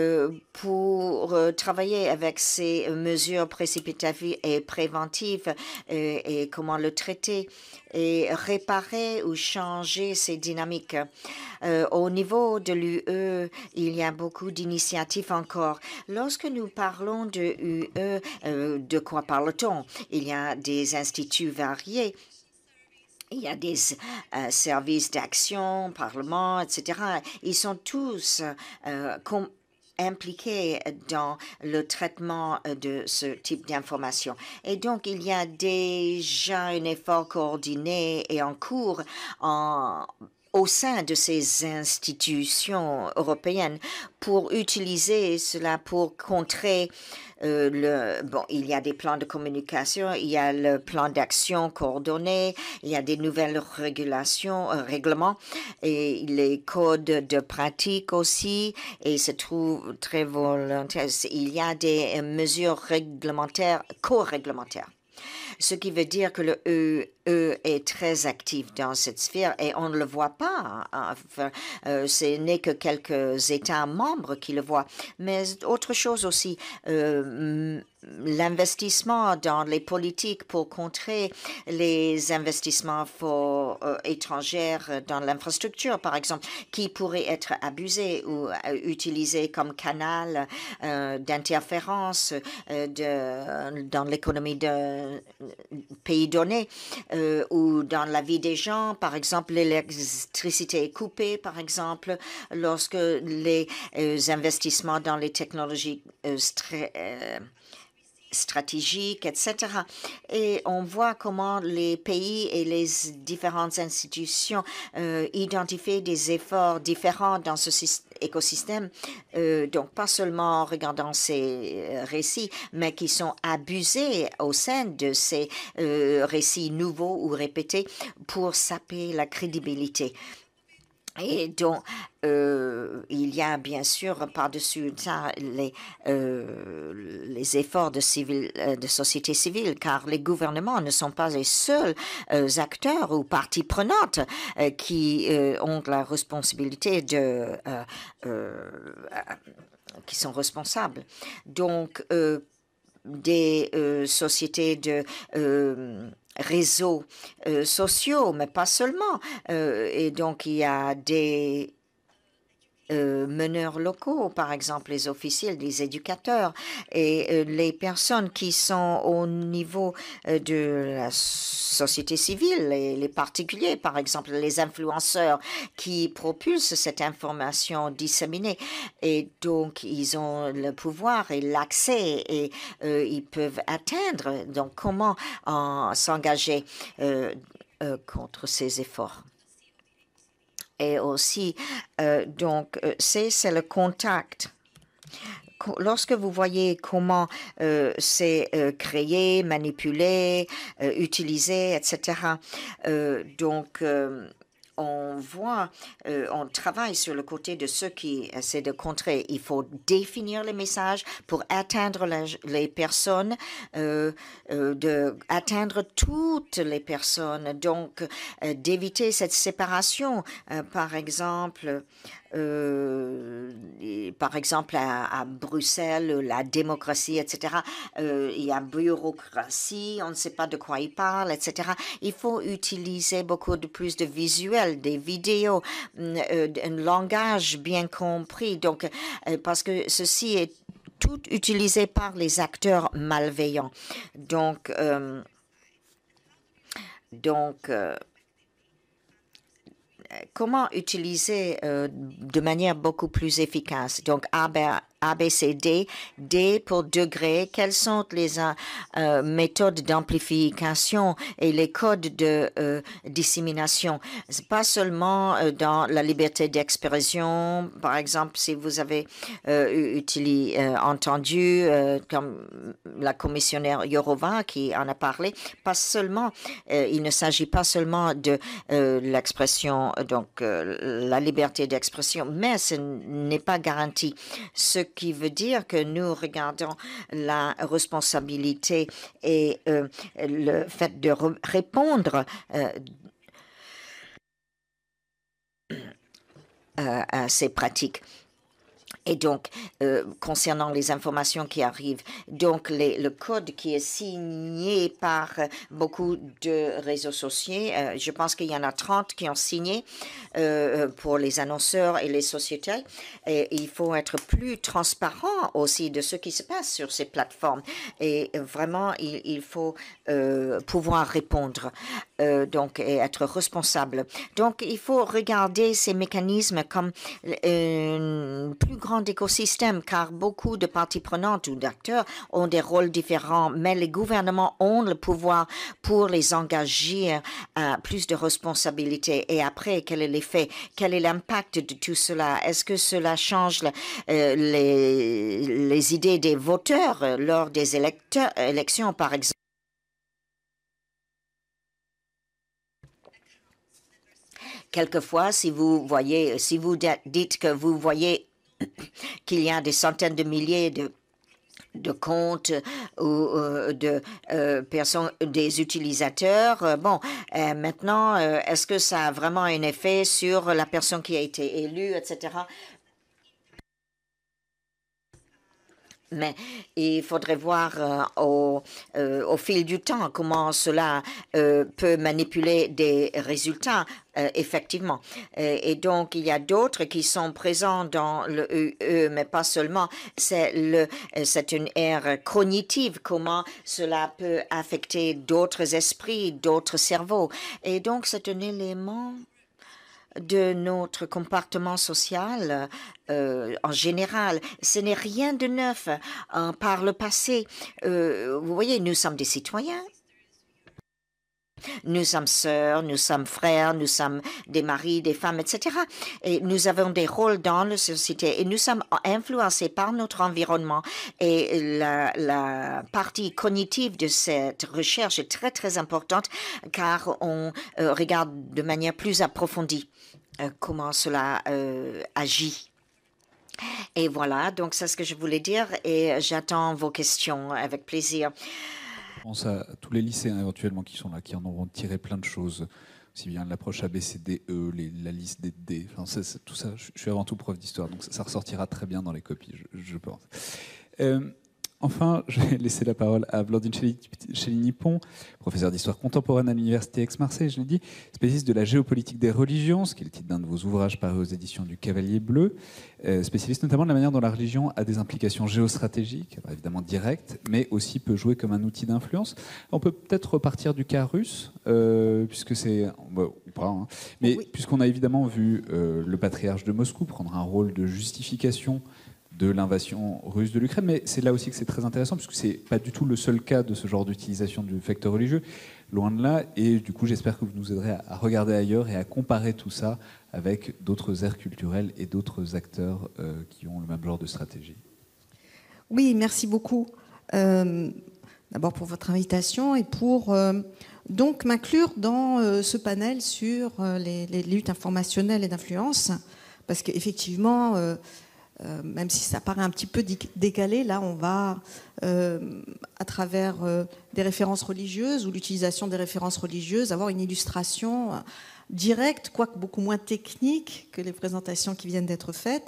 pour travailler avec ces mesures précipitatives et préventives et comment le traiter et réparer ou changer ces dynamiques? Au niveau de l'UE, il y a beaucoup d'initiatives encore. Lorsque nous parlons de UE, de quoi parle-t-on? Il y a des instituts variés. Il y a des services d'action, parlement, etc. Ils sont tous impliqués dans le traitement de ce type d'information. Et donc, il y a déjà un effort coordonné et en cours au sein de ces institutions européennes pour utiliser cela pour contrer il y a des plans de communication, il y a le plan d'action coordonné, il y a des nouvelles règlements et les codes de pratique aussi, et se trouve très volontaire. Il y a des mesures réglementaires, co-réglementaires. Ce qui veut dire que le UE est très actif dans cette sphère et on ne le voit pas. Ce n'est que quelques États membres qui le voient. Mais autre chose aussi, l'investissement dans les politiques pour contrer les investissements étrangers dans l'infrastructure, par exemple, qui pourraient être abusés ou utilisés comme canal d'interférence dans l'économie d'un pays donné ou dans la vie des gens. Par exemple, l'électricité est coupée, par exemple, lorsque les investissements dans les technologies stratégiques, etc. Et on voit comment les pays et les différentes institutions identifient des efforts différents dans ce écosystème, donc pas seulement en regardant ces récits, mais qui sont abusés au sein de ces récits nouveaux ou répétés pour saper la crédibilité. Et donc, il y a bien sûr par-dessus ça les efforts de société civile, car les gouvernements ne sont pas les seuls acteurs ou parties prenantes qui ont la responsabilité qui sont responsables. Donc, des sociétés de réseaux sociaux, mais pas seulement. Et donc, il y a des meneurs locaux, par exemple les officiels, les éducateurs et les personnes qui sont au niveau de la société civile, les particuliers, par exemple les influenceurs qui propulsent cette information disséminée. Et donc, ils ont le pouvoir et l'accès et ils peuvent atteindre. Donc, comment s'engager contre ces efforts? Et aussi, donc, c'est le contact. Lorsque vous voyez comment c'est créé, manipulé, utilisé, etc., donc, on voit, on travaille sur le côté de ceux qui essaient de contrer. Il faut définir les messages pour atteindre les personnes, atteindre toutes les personnes. Donc, d'éviter cette séparation. Par exemple, à Bruxelles, la démocratie, etc. Il y a bureaucratie, on ne sait pas de quoi ils parlent, etc. Il faut utiliser beaucoup plus de visuels, des vidéos, un langage bien compris. Donc, parce que ceci est tout utilisé par les acteurs malveillants. comment utiliser de manière beaucoup plus efficace. Donc, ABCD, D pour degré. Quelles sont les méthodes d'amplification et les codes de dissémination? C'est pas seulement dans la liberté d'expression. Par exemple, si vous avez entendu comme la commissionnaire Jourova qui en a parlé, pas seulement, il ne s'agit pas seulement de l'expression, donc la liberté d'expression, mais ce n'est pas garanti. Ce qui veut dire que nous regardons la responsabilité et le fait de répondre à ces pratiques. Et donc, concernant les informations qui arrivent, donc le code qui est signé par beaucoup de réseaux sociaux, je pense qu'il y en a 30 qui ont signé pour les annonceurs et les sociétés. Et il faut être plus transparent aussi de ce qui se passe sur ces plateformes. Et vraiment, il faut pouvoir répondre donc, et être responsable. Donc, il faut regarder ces mécanismes comme une plus grande écosystème, car beaucoup de parties prenantes ou d'acteurs ont des rôles différents, mais les gouvernements ont le pouvoir pour les engager à plus de responsabilités. Et après, quel est l'effet? Quel est l'impact de tout cela? Est-ce que cela change les idées des voteurs lors des élections, par exemple? Quelquefois, si vous dites que vous voyez qu'il y a des centaines de milliers de comptes ou de personnes, des utilisateurs. Maintenant, est-ce que ça a vraiment un effet sur la personne qui a été élue, etc.? Mais il faudrait voir au fil du temps comment cela peut manipuler des résultats, effectivement. Et donc, il y a d'autres qui sont présents dans le UE, mais pas seulement. C'est une ère cognitive, comment cela peut affecter d'autres esprits, d'autres cerveaux. Et donc, c'est un élément de notre comportement social en général. Ce n'est rien de neuf par le passé. Vous voyez, nous sommes des citoyens. Nous sommes sœurs, nous sommes frères, nous sommes des maris, des femmes, etc. Et nous avons des rôles dans la société et nous sommes influencés par notre environnement. Et la partie cognitive de cette recherche est très, très importante car on regarde de manière plus approfondie comment cela agit. Et voilà, donc c'est ce que je voulais dire et j'attends vos questions avec plaisir. Je pense à tous les lycéens éventuellement qui sont là, qui en auront tiré plein de choses, aussi bien l'approche ABCDE, la liste des D, enfin, tout ça, je suis avant tout prof d'histoire, donc ça ressortira très bien dans les copies, je pense. Enfin, je vais laisser la parole à Blandine Chéligny-Pont, professeure d'histoire contemporaine à l'Université Aix-Marseille, je l'ai dit, spécialiste de la géopolitique des religions, ce qui est le titre d'un de vos ouvrages parus aux éditions du Cavalier Bleu, spécialiste notamment de la manière dont la religion a des implications géostratégiques, évidemment directes, mais aussi peut jouer comme un outil d'influence. On peut peut-être repartir du cas russe, puisque c'est... ou pas, hein, mais oui. Puisqu'on a évidemment vu le patriarche de Moscou prendre un rôle de justification de l'invasion russe de l'Ukraine, mais c'est là aussi que c'est très intéressant, puisque c'est pas du tout le seul cas de ce genre d'utilisation du facteur religieux, loin de là, et du coup j'espère que vous nous aiderez à regarder ailleurs et à comparer tout ça avec d'autres aires culturelles et d'autres acteurs qui ont le même genre de stratégie. Oui, merci beaucoup. D'abord pour votre invitation et pour donc m'inclure dans ce panel sur les luttes informationnelles et d'influence, parce qu'effectivement... même si ça paraît un petit peu décalé, là on va, à travers des références religieuses ou l'utilisation des références religieuses, avoir une illustration directe, quoique beaucoup moins technique que les présentations qui viennent d'être faites,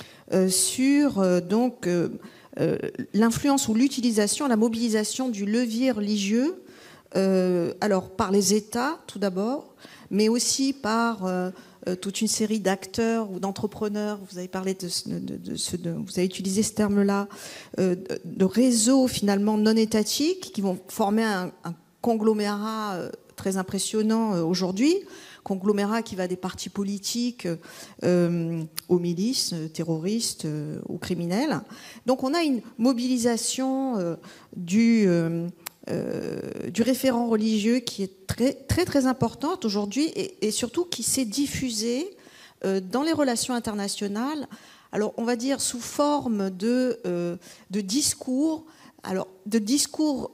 sur donc l'influence ou l'utilisation, la mobilisation du levier religieux, alors par les États tout d'abord, mais aussi par... toute une série d'acteurs ou d'entrepreneurs, vous avez parlé vous avez utilisé ce terme-là, de réseaux finalement non étatiques qui vont former un conglomérat très impressionnant aujourd'hui, conglomérat qui va des partis politiques aux milices terroristes, aux criminels. Donc on a une mobilisation du référent religieux qui est très, très, très importante aujourd'hui et surtout qui s'est diffusée dans les relations internationales. Alors, on va dire sous forme de discours, alors de discours,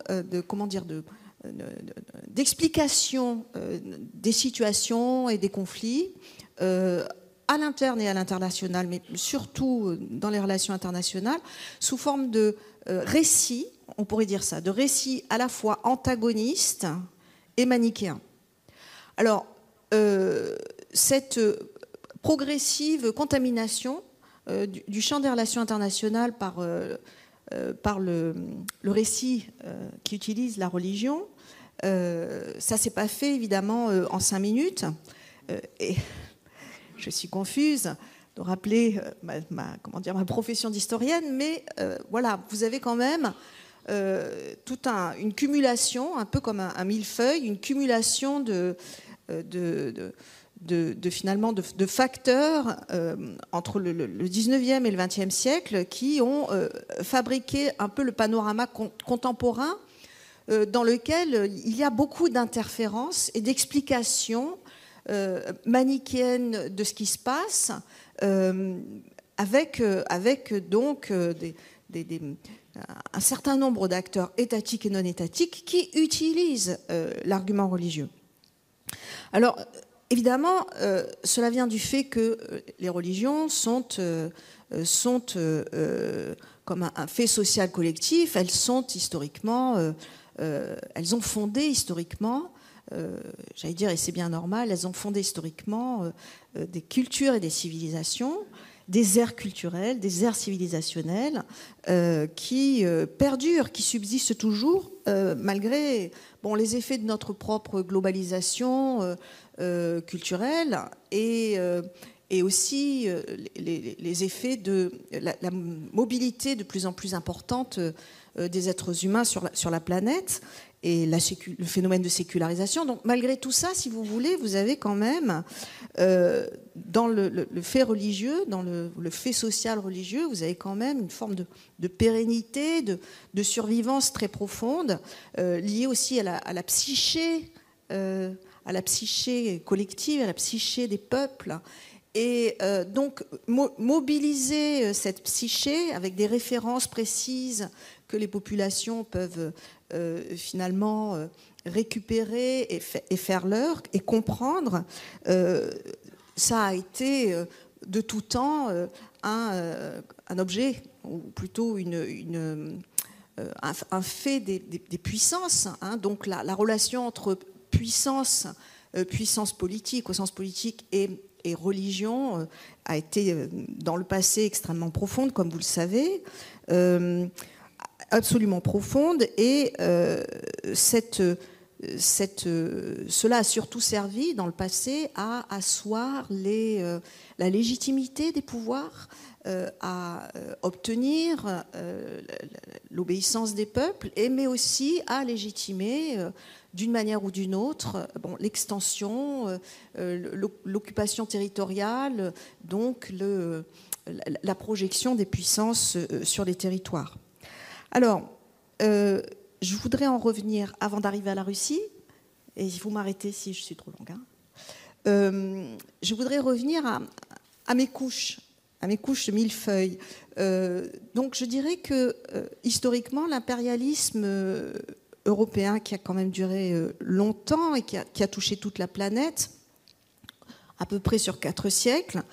d'explication des situations et des conflits à l'interne et à l'international, mais surtout dans les relations internationales, sous forme de récits, on pourrait dire ça, de récits à la fois antagonistes et manichéens. Alors, cette progressive contamination du champ des relations internationales par le récit qui utilise la religion, ça ne s'est pas fait évidemment en 5 minutes. Et je suis confuse de rappeler ma profession d'historienne, mais voilà, vous avez quand même toute une cumulation, un peu comme un millefeuille, une cumulation de facteurs entre le 19e et le 20e siècle qui ont fabriqué un peu le panorama contemporain dans lequel il y a beaucoup d'interférences et d'explications manichéennes de ce qui se passe avec donc un certain nombre d'acteurs étatiques et non étatiques qui utilisent l'argument religieux. Alors, évidemment, cela vient du fait que les religions sont comme un fait social collectif. Elles sont historiquement, elles ont fondé historiquement, j'allais dire, et c'est bien normal, elles ont fondé historiquement des cultures et des civilisations, des aires culturelles, des aires civilisationnelles qui perdurent, qui subsistent toujours malgré les effets de notre propre globalisation culturelle et aussi les effets de la mobilité de plus en plus importante des êtres humains sur la planète et le phénomène de sécularisation. Donc malgré tout ça, si vous voulez, vous avez quand même dans le fait religieux, dans le fait social religieux, vous avez quand même une forme de pérennité, de survivance très profonde, liée aussi à la psyché collective, à la psyché des peuples. Et donc mobiliser cette psyché avec des références précises que les populations peuvent finalement récupérer et faire leur et comprendre, ça a été de tout temps un objet, ou plutôt un fait des puissances. Donc la relation entre puissance politique, au sens politique, et religion a été dans le passé extrêmement profonde, comme vous le savez, absolument profonde, et cela a surtout servi dans le passé à asseoir la légitimité des pouvoirs, à obtenir l'obéissance des peuples, mais aussi à légitimer d'une manière ou d'une autre l'extension, l'occupation territoriale, donc la projection des puissances sur les territoires. Alors, je voudrais en revenir, avant d'arriver à la Russie, et il faut m'arrêter si je suis trop longue, je voudrais revenir à mes couches de millefeuille. Donc je dirais que historiquement, l'impérialisme européen, qui a quand même duré longtemps et qui a touché toute la planète, à peu près sur 4 siècles,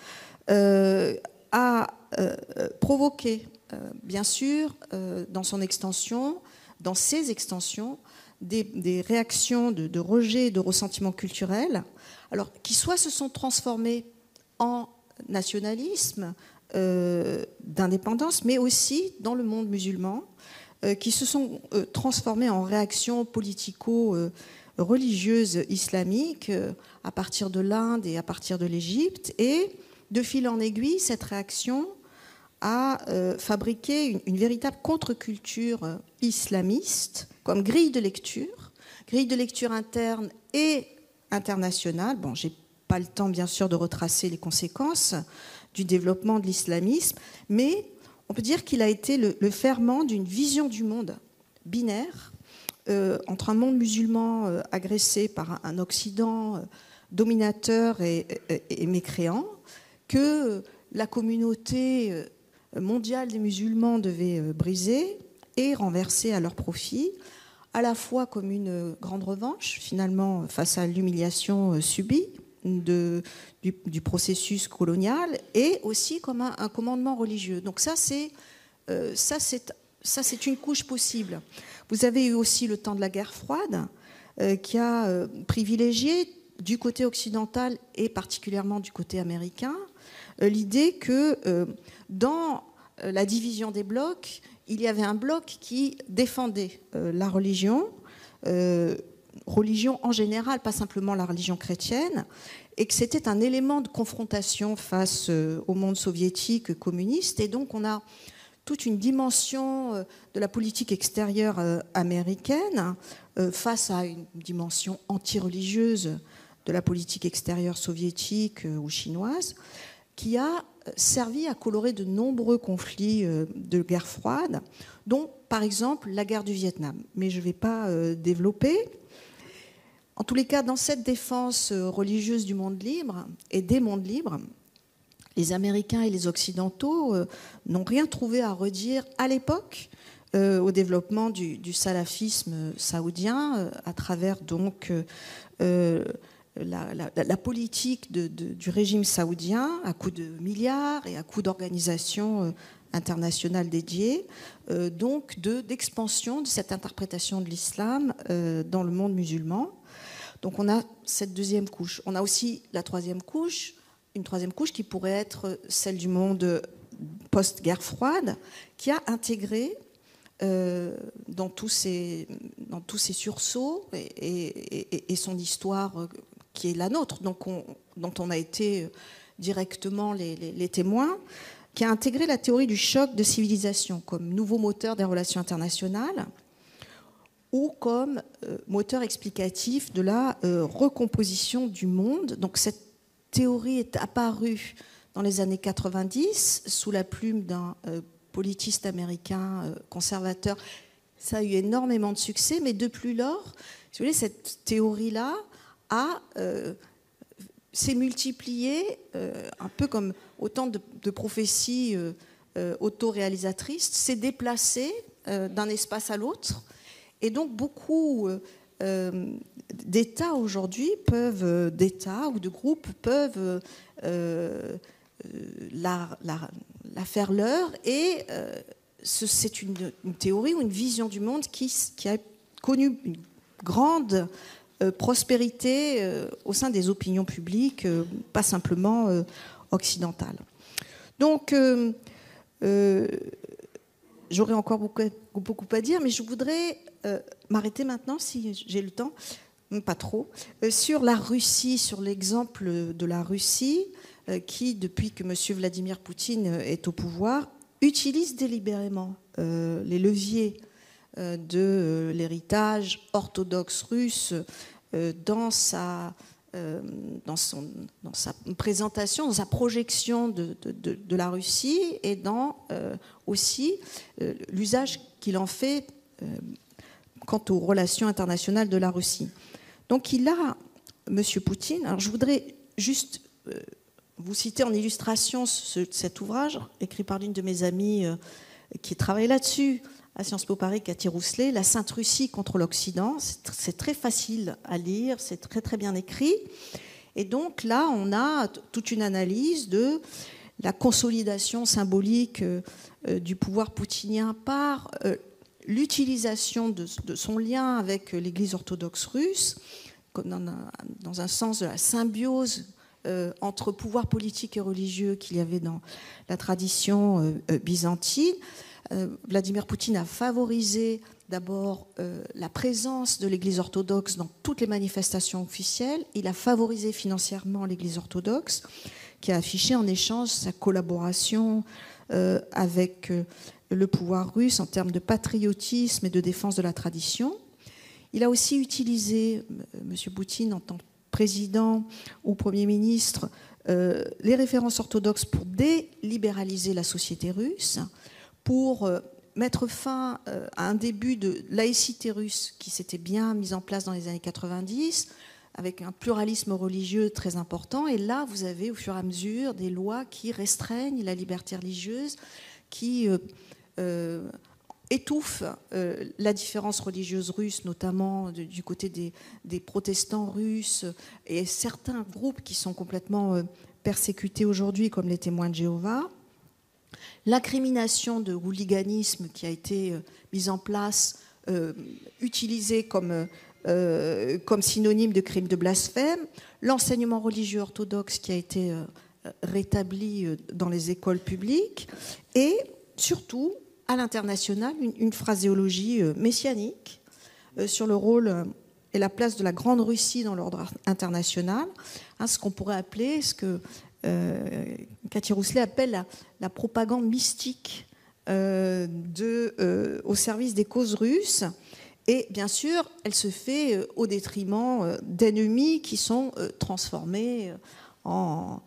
a provoqué, bien sûr, dans ses extensions, des réactions de rejet et de ressentiment culturel, alors, qui soit se sont transformées en nationalisme, d'indépendance, mais aussi dans le monde musulman, qui se sont transformées en réactions politico-religieuses islamiques à partir de l'Inde et à partir de l'Égypte. Et de fil en aiguille, cette réaction a fabriqué une véritable contre-culture islamiste comme grille de lecture interne et internationale. Bon, j'ai pas le temps, bien sûr, de retracer les conséquences du développement de l'islamisme, mais on peut dire qu'il a été le ferment d'une vision du monde binaire, entre un monde musulman agressé par un Occident dominateur et mécréant, que la communauté mondiale des musulmans devait briser et renverser à leur profit, à la fois comme une grande revanche, finalement, face à l'humiliation subie du processus colonial, et aussi comme un commandement religieux. Donc ça, c'est une couche possible. Vous avez eu aussi le temps de la guerre froide, qui a privilégié, du côté occidental et particulièrement du côté américain, l'idée que dans la division des blocs, il y avait un bloc qui défendait la religion, religion en général, pas simplement la religion chrétienne, et que c'était un élément de confrontation face au monde soviétique communiste. Et donc on a toute une dimension de la politique extérieure américaine face à une dimension anti-religieuse de la politique extérieure soviétique ou chinoise, qui a servi à colorer de nombreux conflits de guerre froide, dont par exemple la guerre du Vietnam. Mais je ne vais pas développer. En tous les cas, dans cette défense religieuse du monde libre et des mondes libres, les Américains et les Occidentaux n'ont rien trouvé à redire à l'époque au développement du salafisme saoudien à travers donc la politique du régime saoudien à coup de milliards et à coup d'organisations internationales dédiées, donc d'expansion de cette interprétation de l'islam dans le monde musulman. Donc on a cette deuxième couche. On a aussi la troisième couche, une troisième couche qui pourrait être celle du monde post-guerre froide, qui a intégré dans tous ces sursauts et son histoire qui est la nôtre, donc dont on a été directement les témoins, qui a intégré la théorie du choc de civilisation comme nouveau moteur des relations internationales ou comme moteur explicatif de la recomposition du monde. Donc cette théorie est apparue dans les années 90 sous la plume d'un politiste américain conservateur. Ça a eu énormément de succès, mais depuis lors, si vous voulez, cette théorie-là s'est multipliée un peu comme autant de prophéties autoréalisatrices, s'est déplacée d'un espace à l'autre. Et donc beaucoup d'États aujourd'hui d'États ou de groupes peuvent la faire leur, et c'est une théorie ou une vision du monde qui a connu une grande prospérité au sein des opinions publiques, pas simplement occidentales. Donc j'aurais encore beaucoup à dire, mais je voudrais m'arrêter maintenant, si j'ai le temps, pas trop, sur la Russie, sur l'exemple de la Russie, qui, depuis que M. Vladimir Poutine est au pouvoir, utilise délibérément les leviers de l'héritage orthodoxe russe dans sa présentation, dans sa projection de la Russie, et dans aussi l'usage qu'il en fait quant aux relations internationales de la Russie. Donc il a, M. Poutine, alors je voudrais juste vous citer en illustration cet ouvrage écrit par l'une de mes amies qui travaille là-dessus à Sciences Po Paris, Cathy Rousselet, La Sainte Russie contre l'Occident. C'est très facile à lire, c'est très très bien écrit. Et donc là, on a toute une analyse de la consolidation symbolique du pouvoir poutinien par l'utilisation de son lien avec l'Église orthodoxe russe, dans un sens de la symbiose entre pouvoir politique et religieux qu'il y avait dans la tradition byzantine. Vladimir Poutine a favorisé d'abord la présence de l'Église orthodoxe dans toutes les manifestations officielles. Il a favorisé financièrement l'Église orthodoxe, qui a affiché en échange sa collaboration avec le pouvoir russe en termes de patriotisme et de défense de la tradition. Il a aussi utilisé, M. Poutine, en tant président ou Premier ministre les références orthodoxes pour délibéraliser la société russe, pour mettre fin à un début de laïcité russe qui s'était bien mis en place dans les années 90, avec un pluralisme religieux très important. Et là, vous avez au fur et à mesure des lois qui restreignent la liberté religieuse, qui étouffent la différence religieuse russe, notamment du côté des protestants russes et certains groupes qui sont complètement persécutés aujourd'hui, comme les témoins de Jéhovah. L'incrimination de hooliganisme qui a été mise en place, utilisée comme synonyme de crime de blasphème, l'enseignement religieux orthodoxe qui a été rétabli dans les écoles publiques, et surtout, à l'international, une phraséologie messianique sur le rôle et la place de la Grande Russie dans l'ordre international, ce qu'on pourrait appeler, ce que Cathy Rousselet appelle la propagande mystique au service des causes russes. Et bien sûr, elle se fait au détriment d'ennemis qui sont transformés en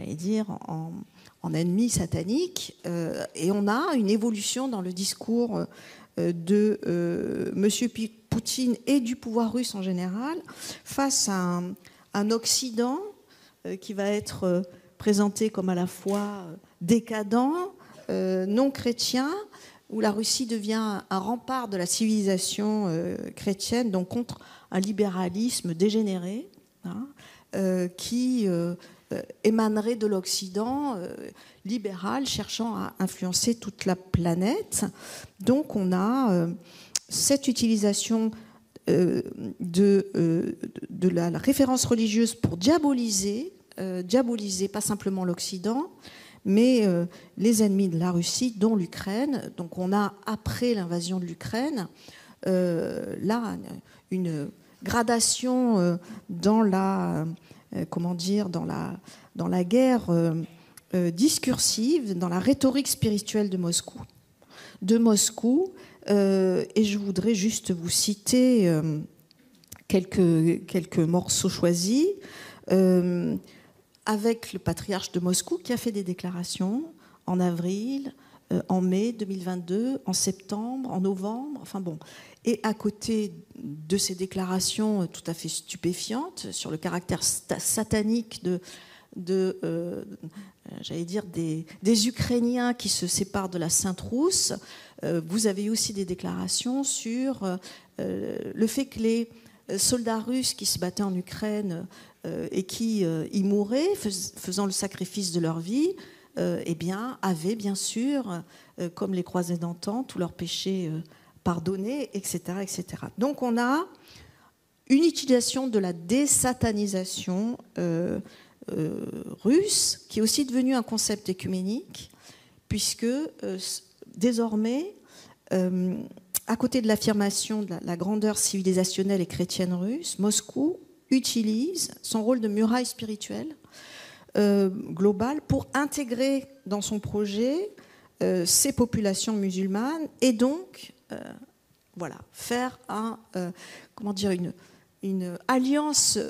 ennemis sataniques. Et on a une évolution dans le discours de M. Poutine et du pouvoir russe en général face à un Occident qui va être présenté comme à la fois décadent, non chrétien, où la Russie devient un rempart de la civilisation chrétienne, donc contre un libéralisme dégénéré, qui émanerait de l'Occident libéral, cherchant à influencer toute la planète. Donc on a cette utilisation de la référence religieuse pour diaboliser pas simplement l'Occident, mais les ennemis de la Russie, dont l'Ukraine. Donc on a, après l'invasion de l'Ukraine, là, une gradation dans la guerre discursive, dans la rhétorique spirituelle de Moscou. Et je voudrais juste vous citer quelques morceaux choisis, avec le patriarche de Moscou qui a fait des déclarations en avril, en mai 2022, en septembre, en novembre, enfin bon. Et à côté de ces déclarations tout à fait stupéfiantes sur le caractère satanique j'allais dire, des Ukrainiens qui se séparent de la Sainte Rousse, vous avez aussi des déclarations sur le fait que les soldats russes qui se battaient en Ukraine et qui y mouraient, faisant le sacrifice de leur vie, eh bien, avaient bien sûr, comme les croisés d'antan, tous leurs péchés pardonnés, etc., etc. Donc on a une utilisation de la désatanisation russe, qui est aussi devenue un concept écuménique, puisque désormais, à côté de l'affirmation de la grandeur civilisationnelle et chrétienne russe, Moscou utilise son rôle de muraille spirituelle globale pour intégrer dans son projet ces populations musulmanes et donc faire une alliance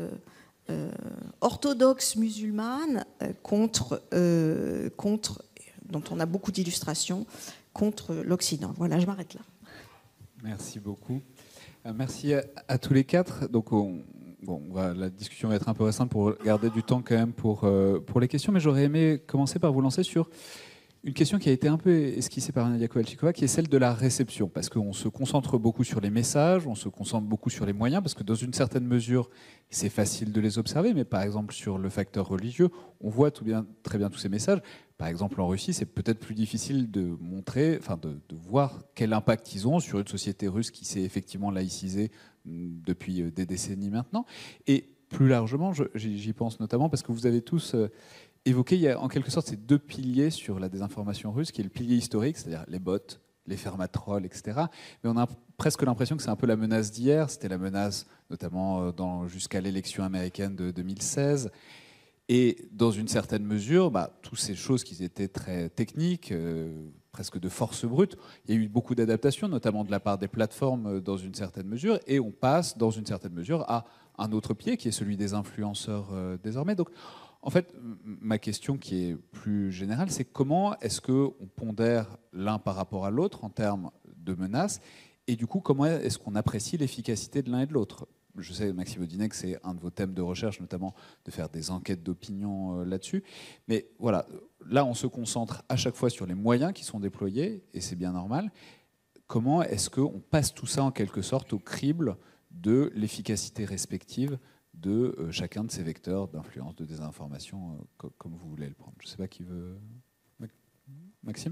orthodoxe musulmane contre, dont on a beaucoup d'illustrations, contre l'Occident. Voilà, je m'arrête là. Merci beaucoup. Merci à tous les quatre. Donc, la discussion va être un peu restreinte pour garder du temps quand même pour les questions, mais j'aurais aimé commencer par vous lancer sur une question qui a été un peu esquissée par Nadia Kovalchikova, qui est celle de la réception, parce qu'on se concentre beaucoup sur les messages, on se concentre beaucoup sur les moyens, parce que dans une certaine mesure, c'est facile de les observer, mais par exemple sur le facteur religieux, on voit très bien tous ces messages. Par exemple en Russie, c'est peut-être plus difficile de montrer, de voir quel impact ils ont sur une société russe qui s'est effectivement laïcisée depuis des décennies maintenant. Et plus largement, j'y pense notamment parce que vous avez tous évoqué, il y a en quelque sorte ces deux piliers sur la désinformation russe, qui est le pilier historique, c'est-à-dire les bots, les fermatrolls, etc. Mais on a presque l'impression que c'est un peu la menace d'hier. C'était la menace notamment jusqu'à l'élection américaine de 2016. Et dans une certaine mesure, toutes ces choses qui étaient très techniques, presque de force brute. Il y a eu beaucoup d'adaptations, notamment de la part des plateformes dans une certaine mesure, et on passe dans une certaine mesure à un autre pied qui est celui des influenceurs désormais. Donc, en fait, ma question qui est plus générale, c'est comment est-ce qu'on pondère l'un par rapport à l'autre en termes de menaces, et du coup, comment est-ce qu'on apprécie l'efficacité de l'un et de l'autre? Je sais, Maxime Audinet, que c'est un de vos thèmes de recherche, notamment de faire des enquêtes d'opinion là-dessus. Mais voilà, là, on se concentre à chaque fois sur les moyens qui sont déployés, et c'est bien normal. Comment est-ce qu'on passe tout ça, en quelque sorte, au crible de l'efficacité respective de chacun de ces vecteurs d'influence, de désinformation, comme vous voulez le prendre? Je ne sais pas qui veut... Maxime?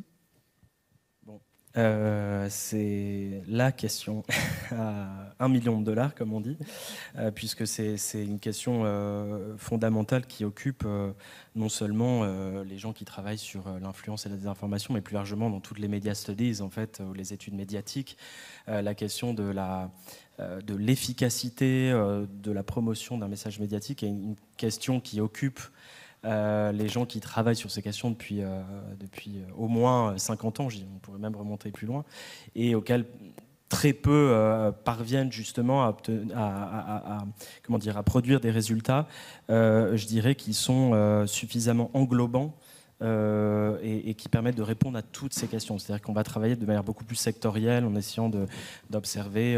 C'est la question à $1 million, comme on dit, puisque c'est une question fondamentale qui occupe non seulement les gens qui travaillent sur l'influence et la désinformation, mais plus largement dans toutes les media studies, en fait, ou les études médiatiques, la question de l'efficacité de la promotion d'un message médiatique est une question qui occupe les gens qui travaillent sur ces questions depuis au moins 50 ans, on pourrait même remonter plus loin, et auxquels très peu parviennent justement à produire des résultats, je dirais, qui sont suffisamment englobants et qui permettent de répondre à toutes ces questions. C'est-à-dire qu'on va travailler de manière beaucoup plus sectorielle en essayant d'observer,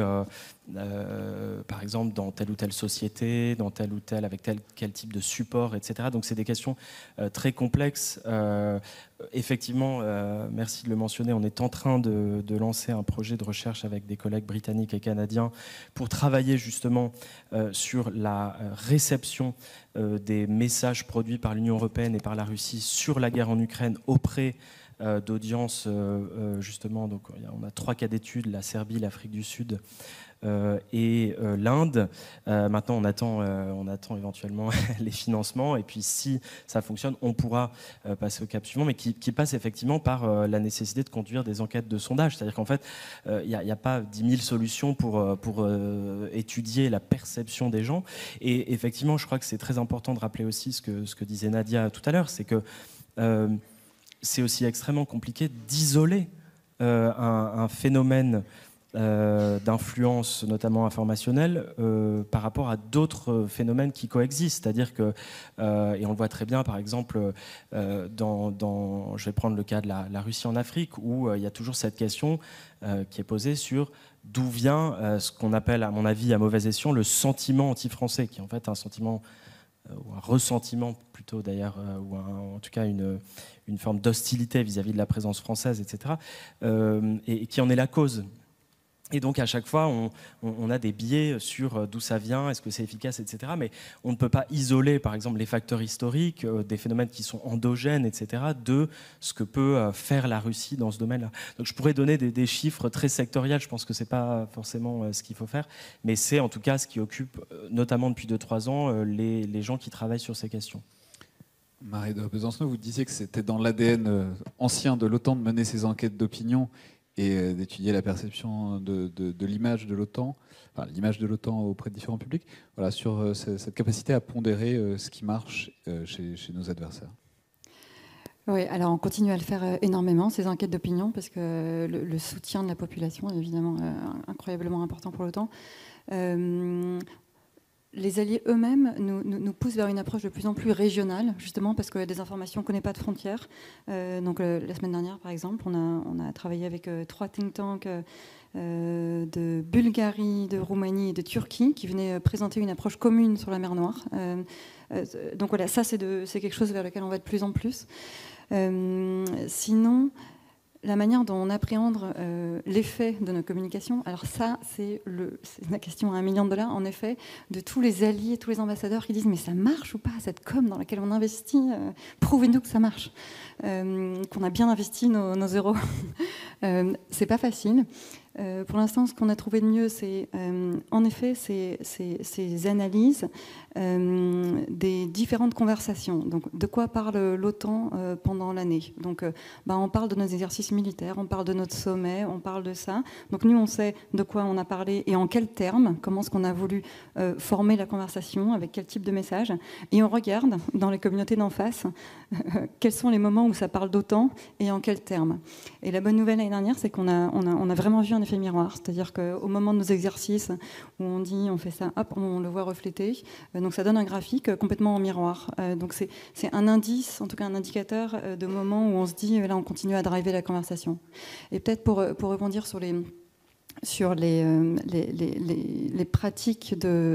par exemple, dans telle ou telle société, dans telle ou telle, avec quel type de support, etc. Donc c'est des questions très complexes. Effectivement, merci de le mentionner, on est en train de lancer un projet de recherche avec des collègues britanniques et canadiens pour travailler justement sur la réception des messages produits par l'Union européenne et par la Russie sur la guerre en Ukraine auprès d'audiences, justement. Donc, on a 3 cas d'études, la Serbie, l'Afrique du Sud et l'Inde. Maintenant, on attend éventuellement les financements, et puis si ça fonctionne, on pourra passer au cap suivant, mais qui passe effectivement par la nécessité de conduire des enquêtes de sondage. C'est-à-dire qu'en fait, il n'y a pas 10 000 solutions pour étudier la perception des gens. Et effectivement, je crois que c'est très important de rappeler aussi ce que disait Nadia tout à l'heure, c'est que c'est aussi extrêmement compliqué d'isoler un phénomène d'influence, notamment informationnelle, par rapport à d'autres phénomènes qui coexistent. C'est-à-dire que, et on le voit très bien, par exemple, je vais prendre le cas de la Russie en Afrique, où il y a toujours cette question qui est posée sur d'où vient ce qu'on appelle, à mon avis, à mauvais escient, le sentiment anti-français, qui est en fait un sentiment, ou un ressentiment plutôt d'ailleurs, ou en tout cas une forme d'hostilité vis-à-vis de la présence française, etc., et qui en est la cause. Et donc à chaque fois, on a des biais sur d'où ça vient, est-ce que c'est efficace, etc. Mais on ne peut pas isoler, par exemple, les facteurs historiques, des phénomènes qui sont endogènes, etc., de ce que peut faire la Russie dans ce domaine-là. Donc je pourrais donner des chiffres très sectoriels, je pense que ce n'est pas forcément ce qu'il faut faire, mais c'est en tout cas ce qui occupe, notamment depuis 2-3 ans, les gens qui travaillent sur ces questions. Marie de Besancenot, vous disiez que c'était dans l'ADN ancien de l'OTAN de mener ces enquêtes d'opinion et d'étudier la perception de l'image de l'OTAN, enfin, l'image de l'OTAN auprès de différents publics, voilà, sur cette capacité à pondérer ce qui marche chez nos adversaires. Oui, alors on continue à le faire énormément, ces enquêtes d'opinion, parce que le soutien de la population est évidemment incroyablement important pour l'OTAN. Les alliés eux-mêmes nous poussent vers une approche de plus en plus régionale, justement parce que la désinformation ne connaît pas de frontières. Donc la semaine dernière, par exemple, on a travaillé avec 3 think tanks de Bulgarie, de Roumanie et de Turquie qui venaient présenter une approche commune sur la mer Noire. Donc voilà, ça c'est quelque chose vers lequel on va de plus en plus. Sinon, la manière dont on appréhende l'effet de nos communications, alors ça, c'est la question à $1 million, en effet, de tous les alliés, tous les ambassadeurs qui disent « mais ça marche ou pas, cette com dans laquelle on investit prouvez-nous que ça marche, qu'on a bien investi nos euros ». C'est pas facile. Pour l'instant, ce qu'on a trouvé de mieux, c'est en effet ces analyses des différentes conversations. Donc, de quoi parle l'OTAN pendant l'année? Donc, on parle de nos exercices militaires, on parle de notre sommet, on parle de ça. Donc, nous, on sait de quoi on a parlé et en quels termes, comment est-ce qu'on a voulu former la conversation, avec quel type de message. Et on regarde dans les communautés d'en face quels sont les moments où ça parle d'OTAN et en quels termes. Et la bonne nouvelle l'année dernière, c'est qu'on a vraiment vu un effet miroir. C'est-à-dire qu'au moment de nos exercices où on dit on fait ça, hop, on le voit refléter. Donc ça donne un graphique complètement en miroir. Donc c'est un indice, en tout cas un indicateur de moment où on se dit là on continue à driver la conversation. Et peut-être pour rebondir sur les pratiques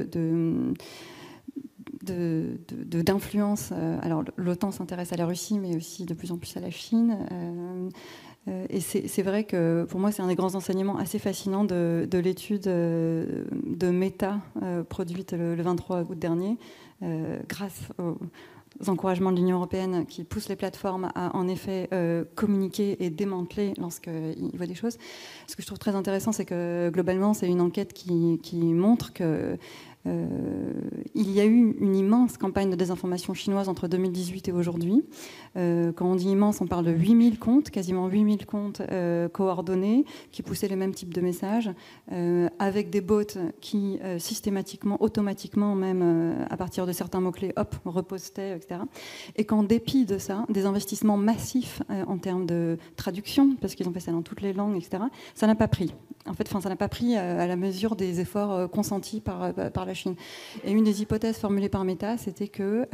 d'influence. Alors l'OTAN s'intéresse à la Russie, mais aussi de plus en plus à la Chine. Et c'est vrai que pour moi, c'est un des grands enseignements assez fascinants de l'étude de Meta produite le 23 août dernier, grâce aux encouragements de l'Union européenne qui poussent les plateformes à en effet communiquer et démanteler lorsqu'ils voient des choses. Ce que je trouve très intéressant, c'est que globalement, c'est une enquête qui montre que il y a eu une immense campagne de désinformation chinoise entre 2018 et aujourd'hui. Quand on dit immense, on parle de 8000 comptes, quasiment 8000 comptes coordonnés qui poussaient les mêmes types de messages, avec des bots qui systématiquement, automatiquement même, à partir de certains mots-clés, hop, repostaient, etc. Et qu'en dépit de ça, des investissements massifs en termes de traduction, parce qu'ils ont fait ça dans toutes les langues, etc., ça n'a pas pris. En fait, ça n'a pas pris à la mesure des efforts consentis par la Chine. Et une des hypothèses formulées par Meta, c'était que,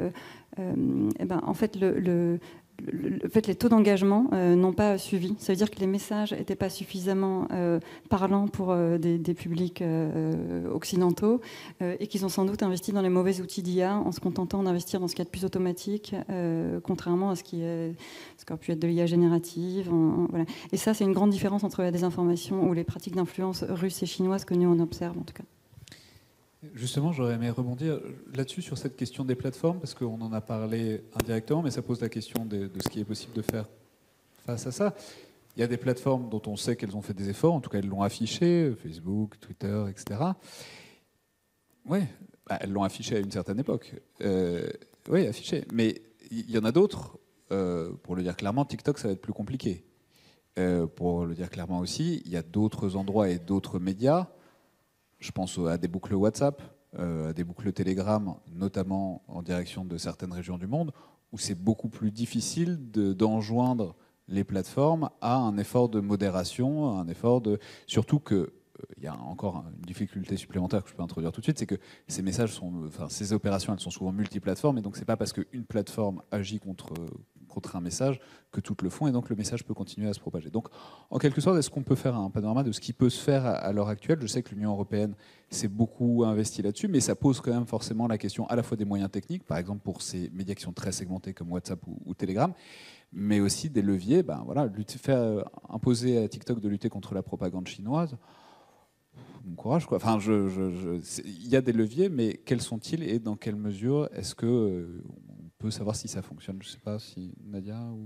en fait, les taux d'engagement n'ont pas suivi. Ça veut dire que les messages n'étaient pas suffisamment parlants pour des publics occidentaux et qu'ils ont sans doute investi dans les mauvais outils d'IA en se contentant d'investir dans ce qu'il y a de plus automatique, contrairement à ce qui aurait pu être de l'IA générative. Voilà. Et ça, c'est une grande différence entre la désinformation ou les pratiques d'influence russes et chinoises que nous, on observe en tout cas. Justement, j'aurais aimé rebondir là-dessus sur cette question des plateformes, parce qu'on en a parlé indirectement, mais ça pose la question de ce qui est possible de faire face à ça. Il y a des plateformes dont on sait qu'elles ont fait des efforts, en tout cas elles l'ont affiché, Facebook, Twitter, etc. Oui, elles l'ont affiché à une certaine époque. Oui, affiché. Mais il y en a d'autres, pour le dire clairement, TikTok, ça va être plus compliqué. Pour le dire clairement aussi, il y a d'autres endroits et d'autres médias. Je pense à des boucles WhatsApp, à des boucles Telegram, notamment en direction de certaines régions du monde, où c'est beaucoup plus difficile d'enjoindre les plateformes à un effort de modération, à un effort de... Surtout que il y a encore une difficulté supplémentaire que je peux introduire tout de suite, c'est que ces messages ces opérations, elles sont souvent multiplateformes, et donc c'est pas parce qu'une plateforme agit contre un message que toutes le font, et donc le message peut continuer à se propager. Donc, en quelque sorte, est-ce qu'on peut faire un panorama de ce qui peut se faire à l'heure actuelle? Je sais que l'Union européenne s'est beaucoup investie là-dessus, mais ça pose quand même forcément la question à la fois des moyens techniques, par exemple pour ces médias qui sont très segmentés comme WhatsApp ou Telegram, mais aussi des leviers. Faire imposer à TikTok de lutter contre la propagande chinoise. Bon courage, quoi. Enfin, il y a des leviers, mais quels sont-ils et dans quelle mesure est-ce que on peut savoir si ça fonctionne? Je ne sais pas si Nadia ou...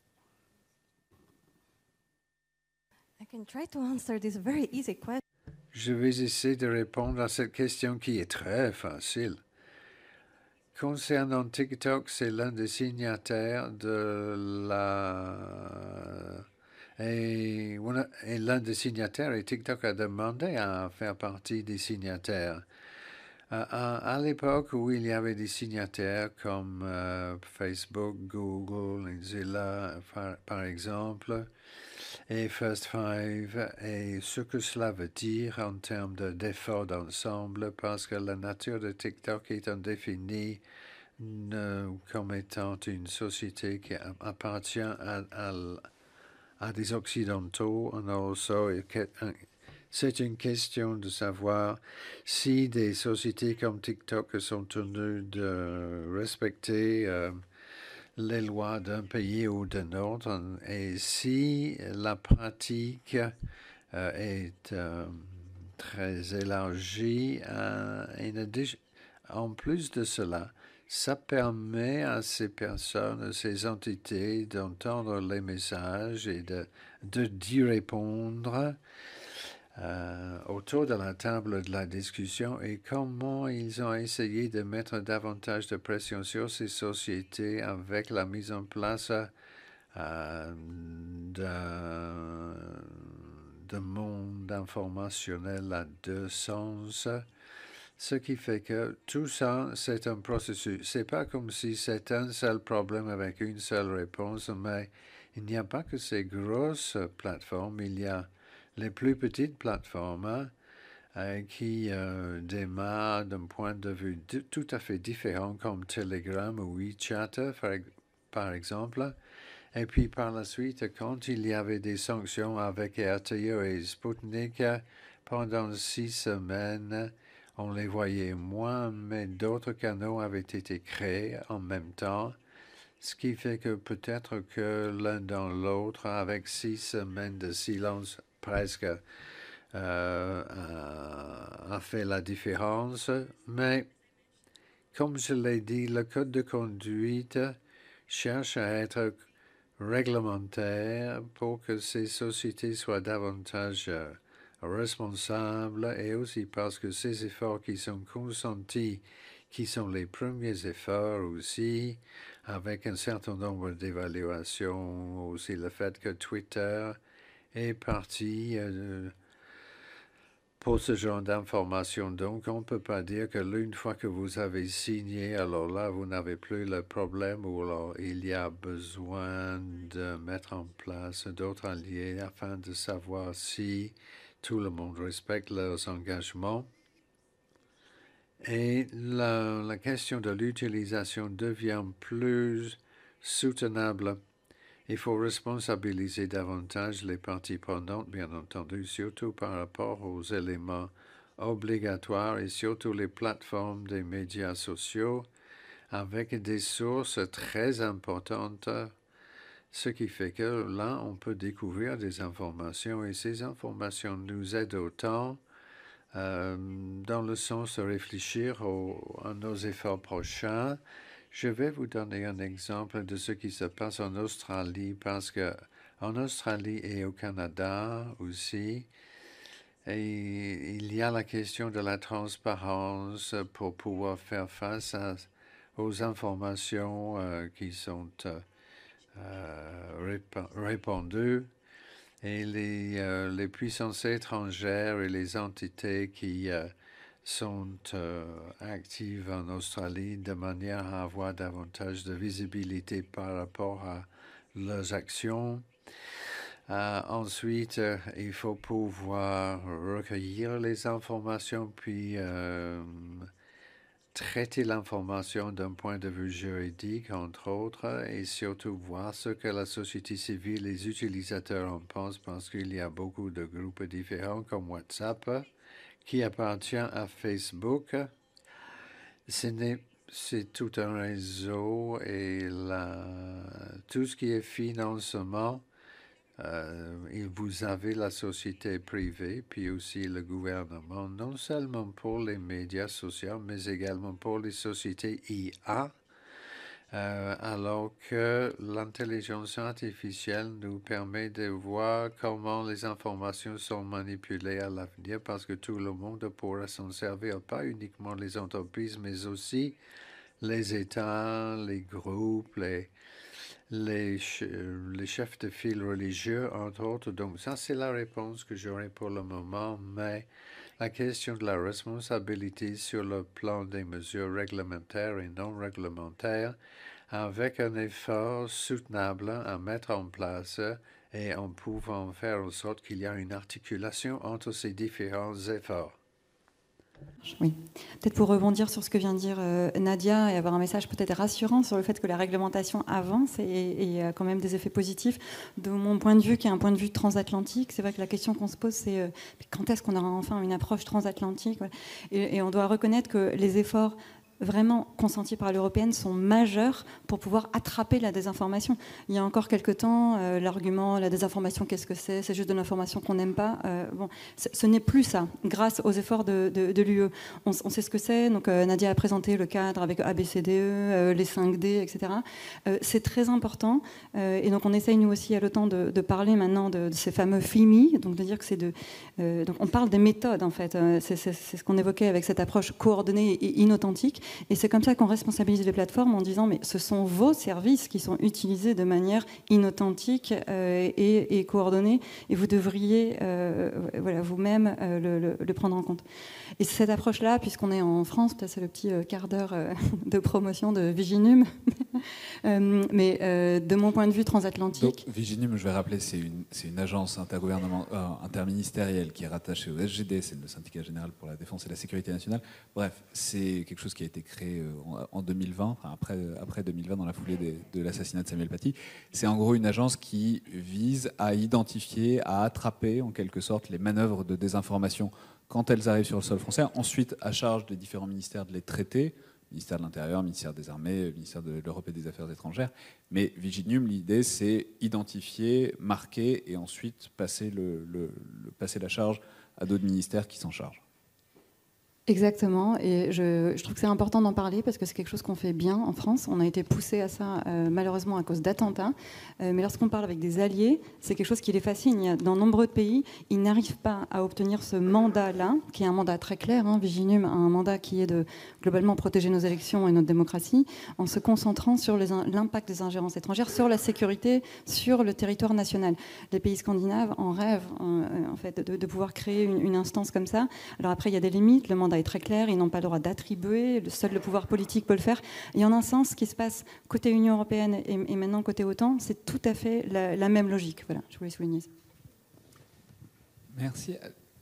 I can try to answer this very easy question. Je vais essayer de répondre à cette question qui est très facile. Concernant TikTok, c'est l'un des signataires de la... Et l'un des signataires, et TikTok a demandé à faire partie des signataires. À l'époque où il y avait des signataires comme Facebook, Google, Zilla, par exemple, et First Five, et ce que cela veut dire en termes d'efforts d'ensemble, parce que la nature de TikTok étant définie comme étant une société qui appartient à des Occidentaux, c'est une question de savoir si des sociétés comme TikTok sont tenues de respecter les lois d'un pays ou d'un autre, et si la pratique est très élargie. En plus de cela, ça permet à ces personnes, ces entités, d'entendre les messages et d'y répondre autour de la table de la discussion et comment ils ont essayé de mettre davantage de pression sur ces sociétés avec la mise en place de monde informationnel à deux sens. Ce qui fait que tout ça, c'est un processus. C'est pas comme si c'est un seul problème avec une seule réponse, mais il n'y a pas que ces grosses plateformes, il y a les plus petites plateformes qui démarrent d'un point de vue tout à fait différent, comme Telegram ou WeChat, par exemple. Et puis par la suite, quand il y avait des sanctions avec RTE et Sputnik, pendant 6 semaines, on les voyait moins, mais d'autres canaux avaient été créés en même temps. Ce qui fait que peut-être que l'un dans l'autre, avec 6 semaines de silence presque, a fait la différence. Mais, comme je l'ai dit, le code de conduite cherche à être réglementaire pour que ces sociétés soient davantage responsables et aussi parce que ces efforts qui sont consentis, qui sont les premiers efforts aussi, avec un certain nombre d'évaluations, aussi le fait que Twitter est parti pour ce genre d'informations. Donc, on ne peut pas dire que une fois que vous avez signé, alors là, vous n'avez plus le problème ou alors il y a besoin de mettre en place d'autres alliés afin de savoir si tout le monde respecte leurs engagements. Et la question de l'utilisation devient plus soutenable. Il faut responsabiliser davantage les parties prenantes, bien entendu, surtout par rapport aux éléments obligatoires et surtout les plateformes des médias sociaux avec des sources très importantes, ce qui fait que là, on peut découvrir des informations et ces informations nous aident autant dans le sens de réfléchir à nos efforts prochains. Je vais vous donner un exemple de ce qui se passe en Australie, parce que en Australie et au Canada aussi, et il y a la question de la transparence pour pouvoir faire face aux informations qui sont répandues. Et les puissances étrangères et les entités qui sont actives en Australie de manière à avoir davantage de visibilité par rapport à leurs actions. Ensuite, il faut pouvoir recueillir les informations puis traiter l'information d'un point de vue juridique, entre autres, et surtout voir ce que la société civile, les utilisateurs en pensent, parce qu'il y a beaucoup de groupes différents comme WhatsApp, qui appartient à Facebook. C'est tout un réseau et tout ce qui est financement, vous avez la société privée, puis aussi le gouvernement, non seulement pour les médias sociaux, mais également pour les sociétés IA, alors que l'intelligence artificielle nous permet de voir comment les informations sont manipulées à l'avenir, parce que tout le monde pourra s'en servir, pas uniquement les entreprises, mais aussi les États, les groupes, les chefs de file religieux, entre autres. Donc ça, c'est la réponse que j'aurai pour le moment, mais la question de la responsabilité sur le plan des mesures réglementaires et non réglementaires, avec un effort soutenable à mettre en place et en pouvant faire en sorte qu'il y a une articulation entre ces différents efforts. Oui, peut-être pour rebondir sur ce que vient de dire Nadia et avoir un message peut-être rassurant sur le fait que la réglementation avance et a quand même des effets positifs. De mon point de vue, qui est un point de vue transatlantique, c'est vrai que la question qu'on se pose, c'est quand est-ce qu'on aura enfin une approche transatlantique, et on doit reconnaître que les efforts vraiment consentis par l'européenne sont majeurs pour pouvoir attraper la désinformation. Il y a encore quelque temps, l'argument la désinformation, qu'est-ce que c'est? C'est juste de l'information qu'on n'aime pas. Bon, ce n'est plus ça, grâce aux efforts de l'UE. On sait ce que c'est. Donc Nadia a présenté le cadre avec ABCDE, les 5D, etc. C'est très important. Et donc on essaye nous aussi à l'OTAN de parler maintenant de ces fameux FIMI, donc de dire que c'est donc on parle des méthodes en fait. C'est ce qu'on évoquait avec cette approche coordonnée et inauthentique. Et c'est comme ça qu'on responsabilise les plateformes en disant mais ce sont vos services qui sont utilisés de manière inauthentique et coordonnée, et vous devriez vous-même le prendre en compte. Et cette approche-là, puisqu'on est en France, peut-être c'est le petit quart d'heure de promotion de Viginum, mais de mon point de vue transatlantique... Donc, Viginum, je vais rappeler, c'est une agence interministérielle qui est rattachée au SGD, c'est le syndicat général pour la défense et la sécurité nationale. Bref, c'est quelque chose qui a été créé en 2020, enfin après 2020, dans la foulée de l'assassinat de Samuel Paty. C'est en gros une agence qui vise à identifier, à attraper en quelque sorte les manœuvres de désinformation quand elles arrivent sur le sol français. Ensuite, à charge des différents ministères de les traiter, ministère de l'Intérieur, ministère des Armées, ministère de l'Europe et des Affaires étrangères. Mais Viginum, l'idée, c'est identifier, marquer et ensuite passer la charge à d'autres ministères qui s'en chargent. Exactement, et je trouve que c'est important d'en parler parce que c'est quelque chose qu'on fait bien en France. On a été poussé à ça malheureusement à cause d'attentats, mais lorsqu'on parle avec des alliés, c'est quelque chose qui les fascine. Dans nombreux pays, ils n'arrivent pas à obtenir ce mandat-là, qui est un mandat très clair. Viginum a un mandat qui est de globalement protéger nos élections et notre démocratie, en se concentrant sur l'impact des ingérences étrangères, sur la sécurité, sur le territoire national. Les pays scandinaves en rêvent en fait, de pouvoir créer une instance comme ça. Alors après, il y a des limites. Le mandat est très clair, ils n'ont pas le droit d'attribuer, seul le pouvoir politique peut le faire. Et en un sens, ce qui se passe côté Union européenne et maintenant côté OTAN, c'est tout à fait la même logique. Voilà, je voulais souligner ça. Merci.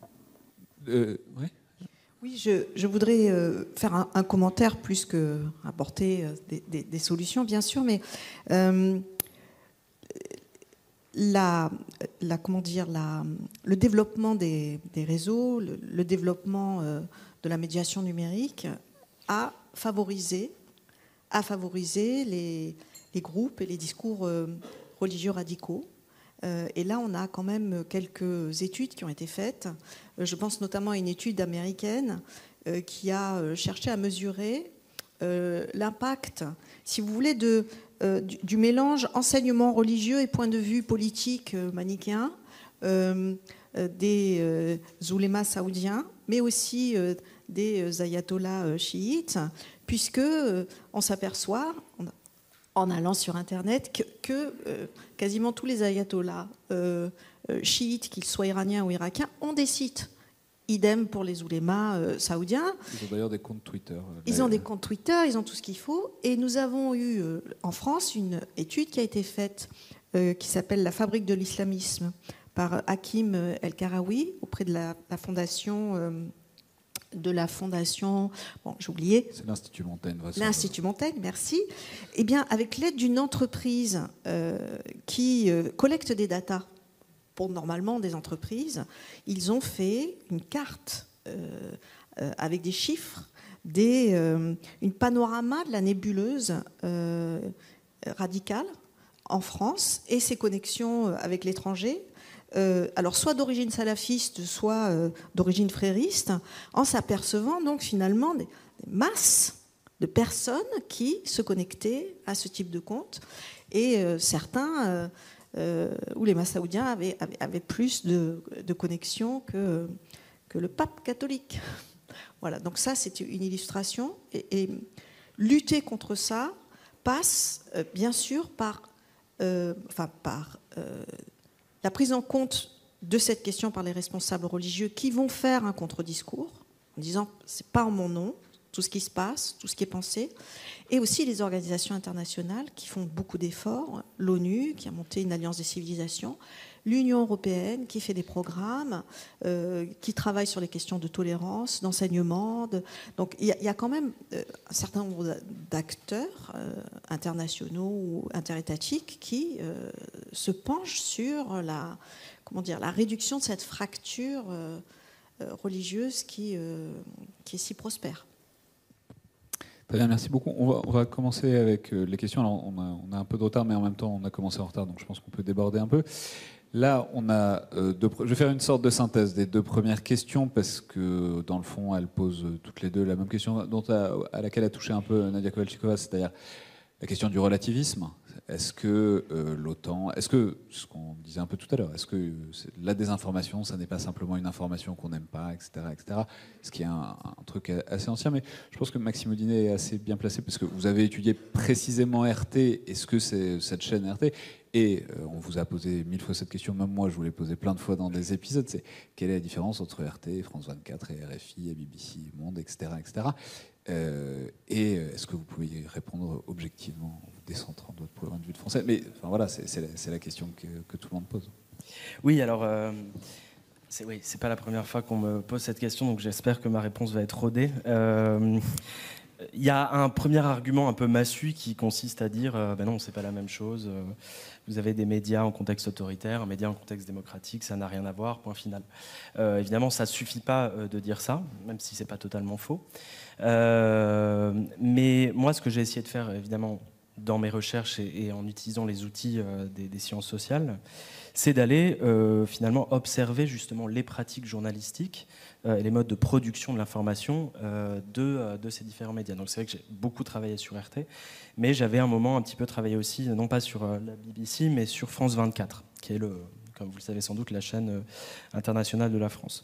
Oui, je voudrais faire un commentaire plus que apporter des solutions, bien sûr, mais le développement des réseaux, le développement de la médiation numérique a favorisé les groupes et les discours religieux radicaux. Et là, on a quand même quelques études qui ont été faites. Je pense notamment à une étude américaine qui a cherché à mesurer l'impact, si vous voulez, du mélange enseignement religieux et point de vue politique manichéen des oulémas saoudiens, mais aussi des ayatollahs chiites, puisque on s'aperçoit, en allant sur Internet, que quasiment tous les ayatollahs chiites, qu'ils soient iraniens ou irakiens, ont des sites. Idem pour les oulémas saoudiens. Ils ont d'ailleurs des comptes Twitter. Ils ont des comptes Twitter, ils ont tout ce qu'il faut. Et nous avons eu en France une étude qui a été faite qui s'appelle La fabrique de l'islamisme par Hakim El-Karawi auprès de la fondation... bon, j'ai oublié. C'est l'Institut Montaigne. L'Institut Montaigne, merci. Eh bien, avec l'aide d'une entreprise qui collecte des datas pour normalement des entreprises, ils ont fait une carte avec des chiffres, une panorama de la nébuleuse radicale en France et ses connexions avec l'étranger. Alors soit d'origine salafiste, soit d'origine frériste, en s'apercevant donc finalement des masses de personnes qui se connectaient à ce type de compte. Et certains, où les saoudiens avaient plus de connexions que le pape catholique. Voilà, donc ça c'est une illustration. Et lutter contre ça passe bien sûr par la prise en compte de cette question par les responsables religieux qui vont faire un contre-discours en disant c'est pas en mon nom tout ce qui se passe, tout ce qui est pensé, et aussi les organisations internationales qui font beaucoup d'efforts, l'ONU qui a monté une alliance des civilisations, l'Union européenne qui fait des programmes, qui travaille sur les questions de tolérance, d'enseignement. Donc il y a quand même un certain nombre d'acteurs internationaux ou interétatiques qui se penchent sur la réduction de cette fracture religieuse qui est si prospère. Très bien, merci beaucoup. On va commencer avec les questions. Alors, on a un peu de retard, mais en même temps, on a commencé en retard, donc je pense qu'on peut déborder un peu. Là, on a je vais faire une sorte de synthèse des deux premières questions, parce que, dans le fond, elles posent toutes les deux la même question à laquelle a touché un peu Nadia Kovalchikova, c'est-à-dire la question du relativisme. Est-ce que l'OTAN, est-ce que, ce qu'on disait un peu tout à l'heure, est-ce que la désinformation, ça n'est pas simplement une information qu'on n'aime pas, etc., etc., ce qui est un truc assez ancien, mais je pense que Maxime Audinet est assez bien placé, parce que vous avez étudié précisément RT, et ce que c'est cette chaîne RT, et on vous a posé 1000 fois cette question, même moi je vous l'ai posée plein de fois dans des épisodes, c'est quelle est la différence entre RT, France 24, et RFI, et BBC Monde, etc., etc. Et est-ce que vous pouvez y répondre objectivement, en vous décentrant de votre point de vue de français? Mais enfin, voilà, c'est la question que tout le monde pose. Oui, alors, c'est pas la première fois qu'on me pose cette question, donc j'espère que ma réponse va être rodée. Il y a un premier argument un peu massu qui consiste à dire ben non, c'est pas la même chose. Vous avez des médias en contexte autoritaire, un média en contexte démocratique, ça n'a rien à voir, point final. Évidemment, ça suffit pas de dire ça, même si c'est pas totalement faux. Mais moi, ce que j'ai essayé de faire, évidemment, dans mes recherches et en utilisant les outils des sciences sociales, c'est d'aller finalement observer justement les pratiques journalistiques et les modes de production de l'information de ces différents médias. Donc c'est vrai que j'ai beaucoup travaillé sur RT, mais j'avais un moment un petit peu travaillé aussi, non pas sur la BBC, mais sur France 24, qui est, comme vous le savez sans doute, la chaîne internationale de la France.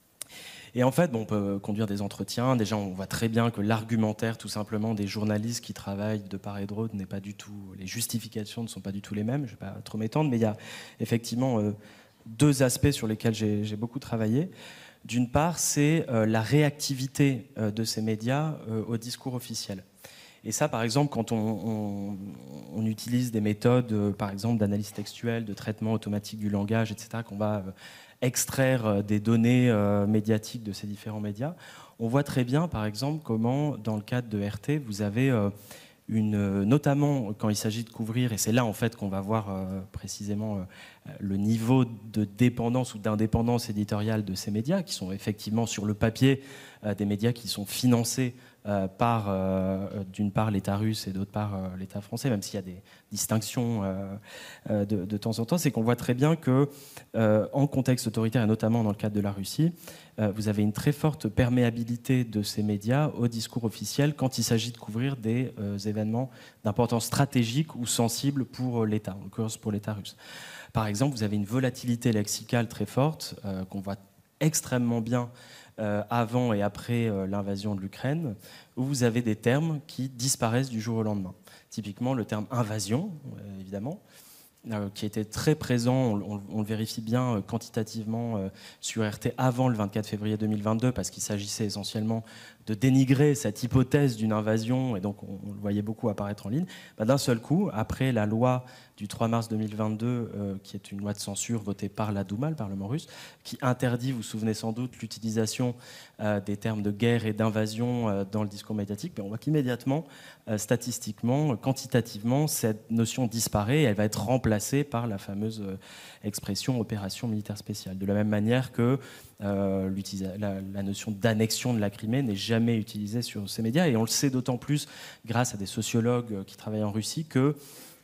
Et en fait, on peut conduire des entretiens. Déjà, on voit très bien que l'argumentaire, tout simplement, des journalistes qui travaillent de part et d'autre n'est pas du tout... Les justifications ne sont pas du tout les mêmes. Je ne vais pas trop m'étendre, mais il y a effectivement deux aspects sur lesquels j'ai beaucoup travaillé. D'une part, c'est la réactivité de ces médias au discours officiel. Et ça, par exemple, quand on utilise des méthodes, par exemple, d'analyse textuelle, de traitement automatique du langage, etc., qu'on va extraire des données médiatiques de ces différents médias, on voit très bien, par exemple, comment, dans le cadre de RT, vous avez notamment quand il s'agit de couvrir, et c'est là en fait qu'on va voir précisément le niveau de dépendance ou d'indépendance éditoriale de ces médias, qui sont effectivement sur le papier des médias qui sont financés par, d'une part, l'État russe et d'autre part, l'État français, même s'il y a des distinctions de temps en temps, c'est qu'on voit très bien que, en contexte autoritaire, et notamment dans le cadre de la Russie, vous avez une très forte perméabilité de ces médias au discours officiel quand il s'agit de couvrir des événements d'importance stratégique ou sensible pour l'État, en l'occurrence pour l'État russe. Par exemple, vous avez une volatilité lexicale très forte qu'on voit extrêmement bien avant et après l'invasion de l'Ukraine, où vous avez des termes qui disparaissent du jour au lendemain. Typiquement, le terme invasion, évidemment, qui était très présent, on le vérifie bien quantitativement sur RT avant le 24 février 2022, parce qu'il s'agissait essentiellement de dénigrer cette hypothèse d'une invasion, et donc on le voyait beaucoup apparaître en ligne. D'un seul coup, après la loi du 3 mars 2022, qui est une loi de censure votée par la Douma, le Parlement russe, qui interdit, vous vous souvenez sans doute, l'utilisation des termes de guerre et d'invasion dans le discours médiatique, mais on voit qu'immédiatement, statistiquement, quantitativement, cette notion disparaît et elle va être remplacée par la fameuse expression opération militaire spéciale. De la même manière que la notion d'annexion de la Crimée n'est jamais utilisée sur ces médias, et on le sait d'autant plus grâce à des sociologues qui travaillent en Russie que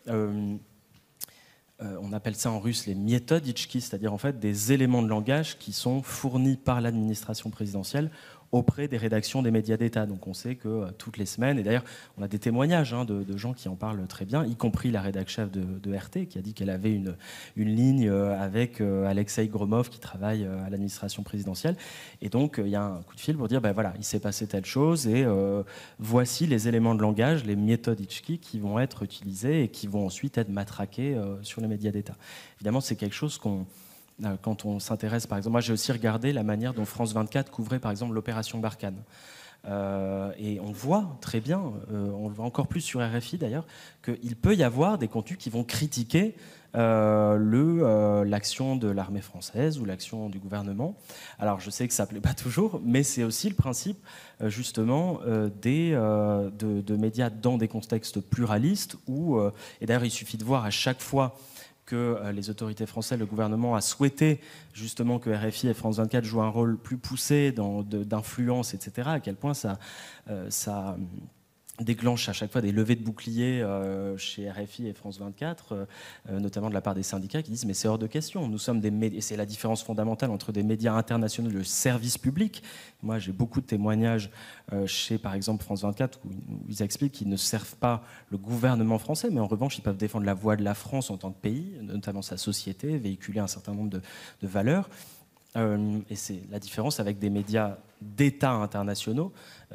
on appelle ça en russe les méthoditchki, c'est-à-dire en fait des éléments de langage qui sont fournis par l'administration présidentielle auprès des rédactions des médias d'État. Donc on sait que toutes les semaines, et d'ailleurs on a des témoignages de gens qui en parlent très bien, y compris la rédac chef de RT qui a dit qu'elle avait une ligne avec Alexei Gromov qui travaille à l'administration présidentielle, et donc il y a un coup de fil pour dire ben voilà, il s'est passé telle chose et voici les éléments de langage, les méthoditchki qui vont être utilisés et qui vont ensuite être matraqués sur les médias d'État. Évidemment c'est quelque chose quand on s'intéresse, par exemple, moi j'ai aussi regardé la manière dont France 24 couvrait par exemple l'opération Barkhane. Et on voit très bien, on le voit encore plus sur RFI d'ailleurs, qu'il peut y avoir des contenus qui vont critiquer l'action de l'armée française ou l'action du gouvernement. Alors je sais que ça ne plaît pas toujours, mais c'est aussi le principe justement de médias dans des contextes pluralistes où, et d'ailleurs il suffit de voir à chaque fois que les autorités françaises, le gouvernement a souhaité justement que RFI et France 24 jouent un rôle plus poussé d'influence, etc., à quel point ça déclenche à chaque fois des levées de boucliers chez RFI et France 24, notamment de la part des syndicats qui disent mais c'est hors de question, nous sommes des médias, et c'est la différence fondamentale entre des médias internationaux et le service public. Moi j'ai beaucoup de témoignages chez par exemple France 24 où ils expliquent qu'ils ne servent pas le gouvernement français, mais en revanche ils peuvent défendre la voix de la France en tant que pays, notamment sa société, véhiculer un certain nombre de valeurs. Et c'est la différence avec des médias d'État internationaux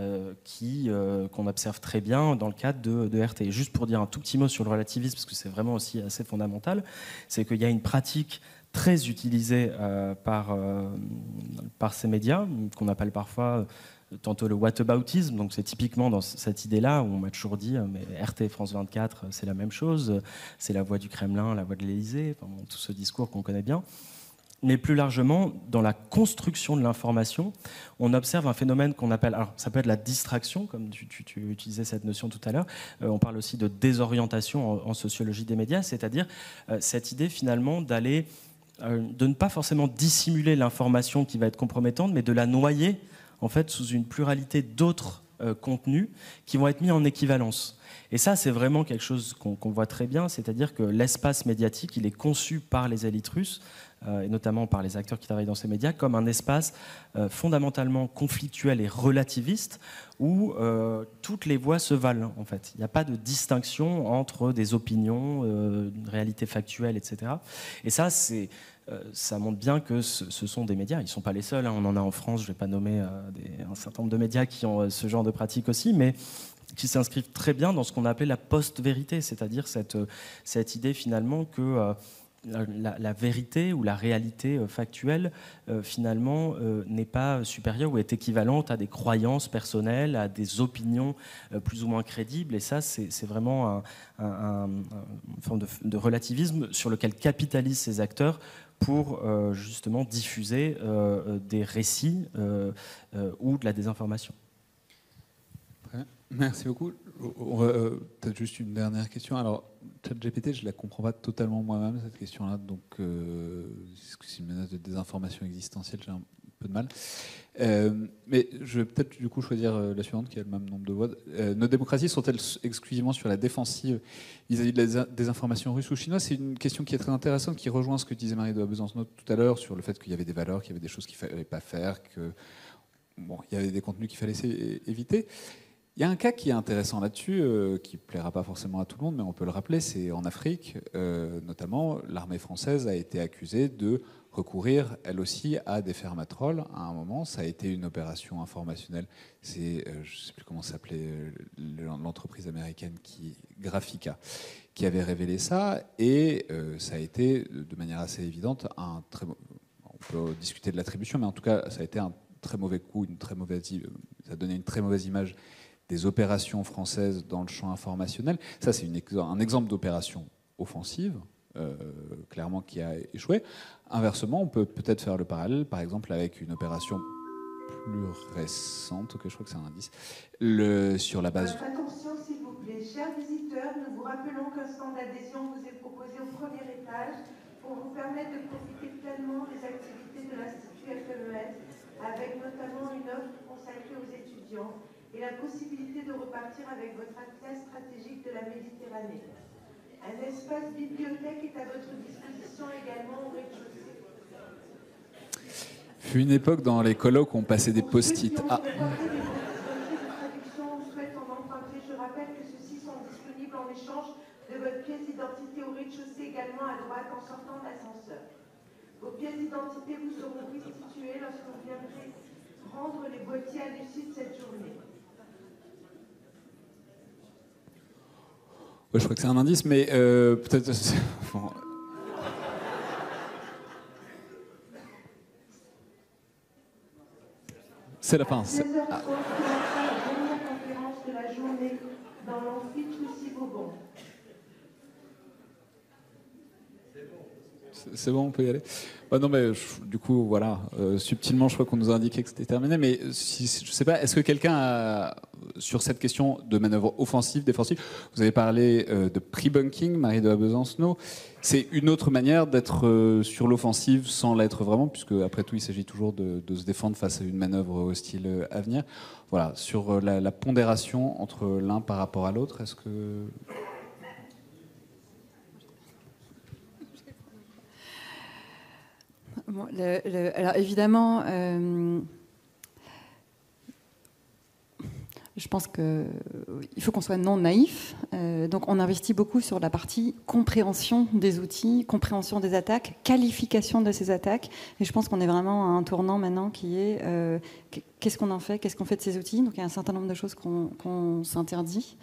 qu'on observe très bien dans le cadre de RT. Juste pour dire un tout petit mot sur le relativisme, parce que c'est vraiment aussi assez fondamental, c'est qu'il y a une pratique très utilisée par ces médias, qu'on appelle parfois tantôt le whataboutisme. Donc c'est typiquement dans cette idée-là où on m'a toujours dit mais RT et France 24, c'est la même chose, c'est la voix du Kremlin, la voix de l'Élysée, enfin, tout ce discours qu'on connaît bien. Mais plus largement, dans la construction de l'information, on observe un phénomène qu'on appelle, alors ça peut être la distraction, comme tu utilisais cette notion tout à l'heure, on parle aussi de désorientation en sociologie des médias, c'est-à-dire cette idée finalement de ne pas forcément dissimuler l'information qui va être compromettante, mais de la noyer en fait sous une pluralité d'autres contenus qui vont être mis en équivalence. Et ça, c'est vraiment quelque chose qu'on voit très bien, c'est-à-dire que l'espace médiatique, il est conçu par les élites russes, et notamment par les acteurs qui travaillent dans ces médias, comme un espace fondamentalement conflictuel et relativiste, où toutes les voix se valent, en fait. Il n'y a pas de distinction entre des opinions, une réalité factuelle, etc. Et ça, ça montre bien que ce sont des médias. Ils ne sont pas les seuls, hein. On en a en France, je ne vais pas nommer un certain nombre de médias qui ont ce genre de pratique aussi, mais qui s'inscrivent très bien dans ce qu'on a appelé la post-vérité, c'est-à-dire cette idée finalement que la vérité ou la réalité factuelle finalement n'est pas supérieure ou est équivalente à des croyances personnelles, à des opinions plus ou moins crédibles. Et ça, c'est vraiment une forme de relativisme sur lequel capitalisent ces acteurs pour justement diffuser des récits ou de la désinformation. Merci beaucoup. Peut-être juste une dernière question. Alors, ChatGPT, je ne la comprends pas totalement moi-même, cette question-là. Donc, est-ce que c'est une menace de désinformation existentielle? J'ai un peu de mal. Mais je vais peut-être du coup choisir la suivante, qui a le même nombre de voix. Nos démocraties sont-elles exclusivement sur la défensive vis-à-vis de la désinformation russe ou chinoise? C'est une question qui est très intéressante, qui rejoint ce que disait Marie de Besancenot tout à l'heure sur le fait qu'il y avait des valeurs, qu'il y avait des choses qu'il ne fallait pas faire, qu'il y avait des contenus qu'il fallait éviter. Il y a un cas qui est intéressant là-dessus, qui ne plaira pas forcément à tout le monde, mais on peut le rappeler, c'est en Afrique, notamment, l'armée française a été accusée de recourir, elle aussi, à des fermatrolles. À un moment, ça a été une opération informationnelle. C'est, je ne sais plus comment s'appelait l'entreprise américaine, Graphica, qui avait révélé ça, et ça a été, de manière assez évidente, on peut discuter de l'attribution, mais en tout cas, ça a été un très mauvais coup, ça a donné une très mauvaise image des opérations françaises dans le champ informationnel. Ça, c'est un exemple d'opération offensive, clairement, qui a échoué. Inversement, on peut peut-être faire le parallèle, par exemple, avec une opération plus récente, je crois que c'est un indice, sur la base... Votre attention, s'il vous plaît. Chers visiteurs, nous vous rappelons qu'un stand d'adhésion vous est proposé au premier étage pour vous permettre de profiter pleinement des activités de l'Institut FMES, avec notamment une offre consacrée aux étudiants et la possibilité de repartir avec votre atlas stratégique de la Méditerranée. Un espace bibliothèque est à votre disposition également au rez-de-chaussée. Fut une époque dans les colloques où on passait des post-it. Je rappelle que ceux-ci sont disponibles en échange de votre pièce d'identité au rez-de-chaussée, également à droite en sortant de l'ascenseur. Vos pièces d'identité vous seront restituées lorsque vous viendrez rendre les boîtiers à l'issue de cette journée. Ouais, je crois que c'est un indice, mais peut-être... Bon. C'est la fin. C'est... 16h30, la dernière conférence de la journée dans l'amphi Toussy-Bourbon. C'est bon, on peut y aller. Non, mais du coup, voilà. Subtilement, je crois qu'on nous a indiqué que c'était terminé. Mais je ne sais pas, est-ce que quelqu'un a, sur cette question de manœuvre offensive, défensive. Vous avez parlé de pre-bunking, Marie de la Besancenot. C'est une autre manière d'être sur l'offensive sans l'être vraiment, puisque après tout, il s'agit toujours de se défendre face à une manœuvre hostile à venir. Voilà, sur la pondération entre l'un par rapport à l'autre, est-ce que... Bon, alors évidemment, je pense qu'il faut qu'on soit non naïf. Donc on investit beaucoup sur la partie compréhension des outils, compréhension des attaques, qualification de ces attaques. Et je pense qu'on est vraiment à un tournant maintenant qui est qu'est-ce qu'on en fait, qu'est-ce qu'on fait de ces outils. Donc il y a un certain nombre de choses qu'on s'interdit.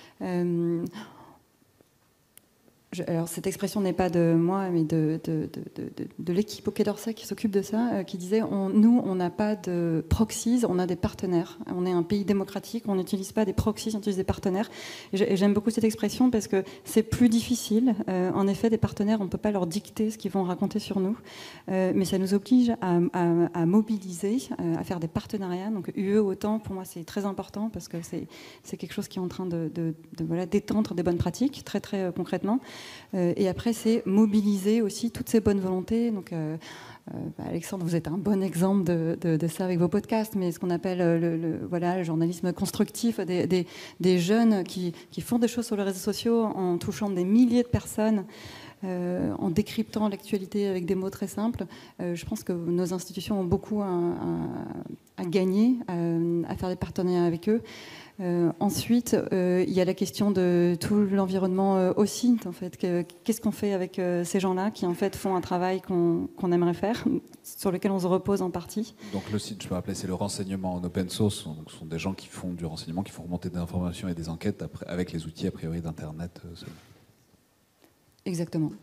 Alors cette expression n'est pas de moi, mais de l'équipe au Quai d'Orsay qui s'occupe de ça, qui disait nous, on n'a pas de proxies, on a des partenaires. On est un pays démocratique, on n'utilise pas des proxies, on utilise des partenaires. Et j'aime beaucoup cette expression parce que c'est plus difficile. En effet, des partenaires, on ne peut pas leur dicter ce qu'ils vont raconter sur nous, mais ça nous oblige à mobiliser, à faire des partenariats. Donc UE, OTAN, pour moi, c'est très important parce que c'est quelque chose qui est en train voilà, d'étendre des bonnes pratiques, très très concrètement. Et après, c'est mobiliser aussi toutes ces bonnes volontés. Donc, Alexandre, vous êtes un bon exemple de ça avec vos podcasts, mais ce qu'on appelle voilà, le journalisme constructif, des jeunes qui font des choses sur les réseaux sociaux en touchant des milliers de personnes, en décryptant l'actualité avec des mots très simples. Je pense que nos institutions ont beaucoup à gagner, à faire des partenariats avec eux. Ensuite, il y a la question de tout l'environnement aussi. En fait, qu'est-ce qu'on fait avec ces gens-là qui en fait font un travail qu'on aimerait faire, sur lequel on se repose en partie. Donc le site, je peux rappeler, c'est le renseignement en open source. Donc, ce sont des gens qui font du renseignement, qui font remonter des informations et des enquêtes avec les outils a priori d'Internet. Exactement.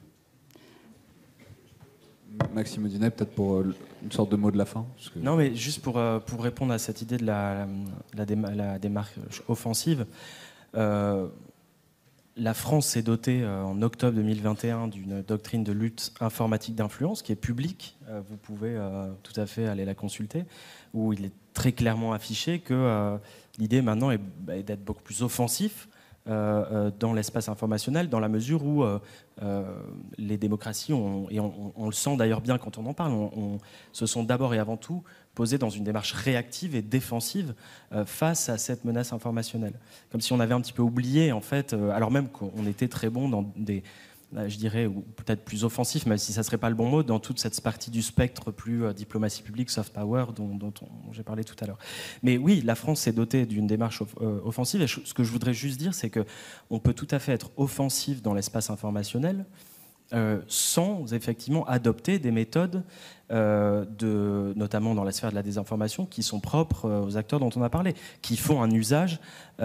Maxime Audinet, peut-être pour une sorte de mot de la fin. Non, mais juste pour répondre à cette idée de la démarche offensive, la France s'est dotée en octobre 2021 d'une doctrine de lutte informatique d'influence qui est publique. Vous pouvez tout à fait aller la consulter, où il est très clairement affiché que l'idée maintenant est d'être beaucoup plus offensif dans l'espace informationnel, dans la mesure où les démocraties, et on le sent d'ailleurs bien quand on en parle, se sont d'abord et avant tout posées dans une démarche réactive et défensive face à cette menace informationnelle. Comme si on avait un petit peu oublié, en fait, alors même qu'on était très bon dans des... je dirais, ou peut-être plus offensif, même si ça ne serait pas le bon mot, dans toute cette partie du spectre plus diplomatie publique, soft power, dont j'ai parlé tout à l'heure. Mais oui, la France s'est dotée d'une démarche offensive, et ce que je voudrais juste dire, c'est qu'on peut tout à fait être offensif dans l'espace informationnel sans effectivement adopter des méthodes, notamment dans la sphère de la désinformation, qui sont propres aux acteurs dont on a parlé, qui font un usage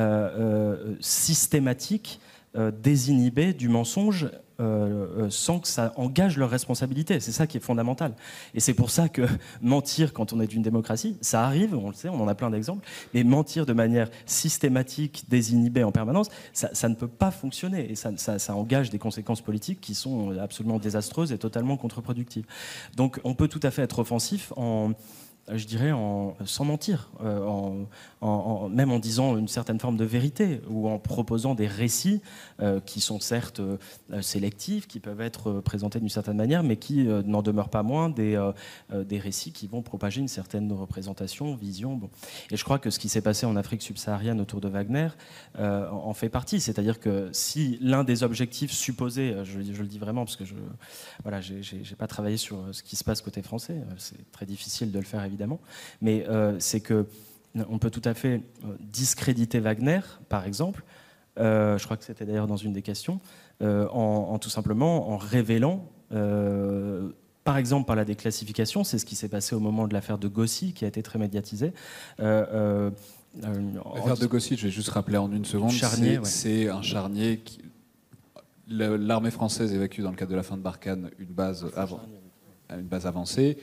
systématique, désinhibé du mensonge, sans que ça engage leur responsabilité. C'est ça qui est fondamental. Et c'est pour ça que mentir quand on est d'une démocratie, ça arrive, on le sait, on en a plein d'exemples, mais mentir de manière systématique, désinhibée en permanence, ça ne peut pas fonctionner. Et ça engage des conséquences politiques qui sont absolument désastreuses et totalement contre-productives. Donc on peut tout à fait être offensif je dirais sans mentir, même en disant une certaine forme de vérité ou en proposant des récits qui sont certes sélectifs, qui peuvent être présentés d'une certaine manière, mais qui n'en demeurent pas moins des récits qui vont propager une certaine représentation, vision. Bon. Et je crois que ce qui s'est passé en Afrique subsaharienne autour de Wagner en fait partie. C'est-à-dire que si l'un des objectifs supposés, je le dis vraiment parce que j'ai pas travaillé sur ce qui se passe côté français, c'est très difficile de le faire évidemment, mais c'est que on peut tout à fait discréditer Wagner, par exemple. Je crois que c'était d'ailleurs dans une des questions, en tout simplement en révélant, par exemple par la déclassification, c'est ce qui s'est passé au moment de l'affaire de Gossi, qui a été très médiatisée. L'affaire de Gossi, je vais juste rappeler en une seconde, c'est un charnier qui... L'armée française évacue dans le cadre de la fin de Barkhane une base avancée.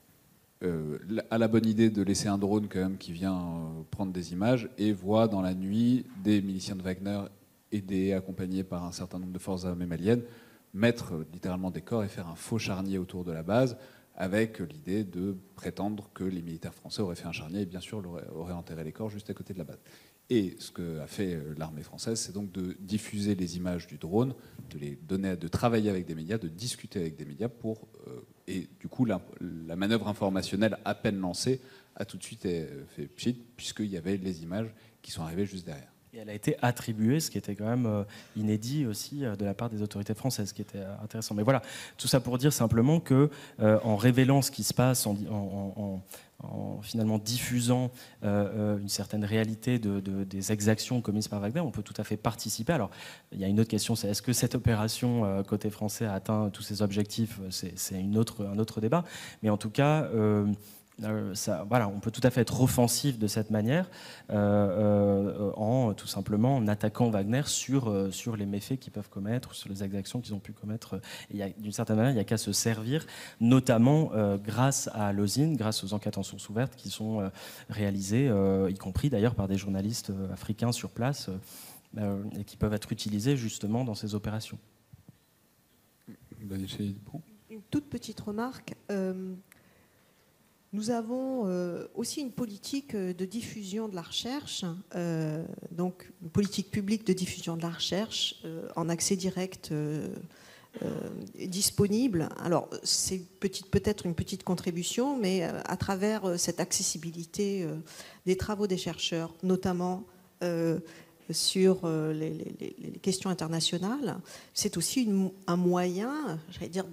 A la bonne idée de laisser un drone quand même qui vient prendre des images et voit dans la nuit des miliciens de Wagner aidés, accompagnés par un certain nombre de forces armées maliennes, mettre littéralement des corps et faire un faux charnier autour de la base avec l'idée de prétendre que les militaires français auraient fait un charnier et bien sûr auraient enterré les corps juste à côté de la base. Et ce qu'a fait l'armée française, c'est donc de diffuser les images du drone, de les donner, de travailler avec des médias, de discuter avec des médias et du coup la manœuvre informationnelle à peine lancée a tout de suite fait pchit, puisqu'il y avait les images qui sont arrivées juste derrière. Et elle a été attribuée, ce qui était quand même inédit aussi de la part des autorités françaises, ce qui était intéressant. Mais voilà, tout ça pour dire simplement que en révélant ce qui se passe, en finalement diffusant une certaine réalité des exactions commises par Wagner, on peut tout à fait participer. Alors, il y a une autre question, c'est est-ce que cette opération côté français a atteint tous ses objectifs? C'est un autre débat. Mais en tout cas... voilà, on peut tout à fait être offensif de cette manière tout simplement en attaquant Wagner sur les méfaits qu'ils peuvent commettre, sur les exactions qu'ils ont pu commettre. Et d'une certaine manière, il n'y a qu'à se servir, notamment grâce à l'OSINT, grâce aux enquêtes en source ouverte qui sont réalisées, y compris d'ailleurs par des journalistes africains sur place, et qui peuvent être utilisés justement dans ces opérations. Une toute petite remarque. Nous avons aussi une politique de diffusion de la recherche, donc une politique publique de diffusion de la recherche en accès direct disponible. Alors, c'est peut-être une petite contribution, mais à travers cette accessibilité des travaux des chercheurs, notamment sur les questions internationales, c'est aussi un moyen, j'allais dire,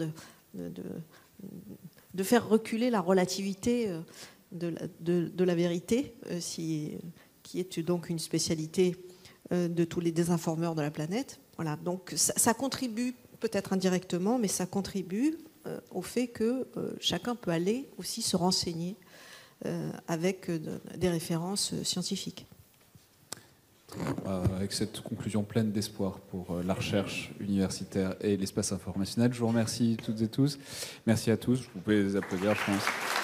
de faire reculer la relativité de la vérité, qui est donc une spécialité de tous les désinformeurs de la planète. Voilà, donc ça contribue, peut-être indirectement, mais ça contribue au fait que chacun peut aller aussi se renseigner avec des références scientifiques. Avec cette conclusion pleine d'espoir pour la recherche universitaire et l'espace informationnel, je vous remercie toutes et tous. Merci à tous. Vous pouvez les applaudir, je pense.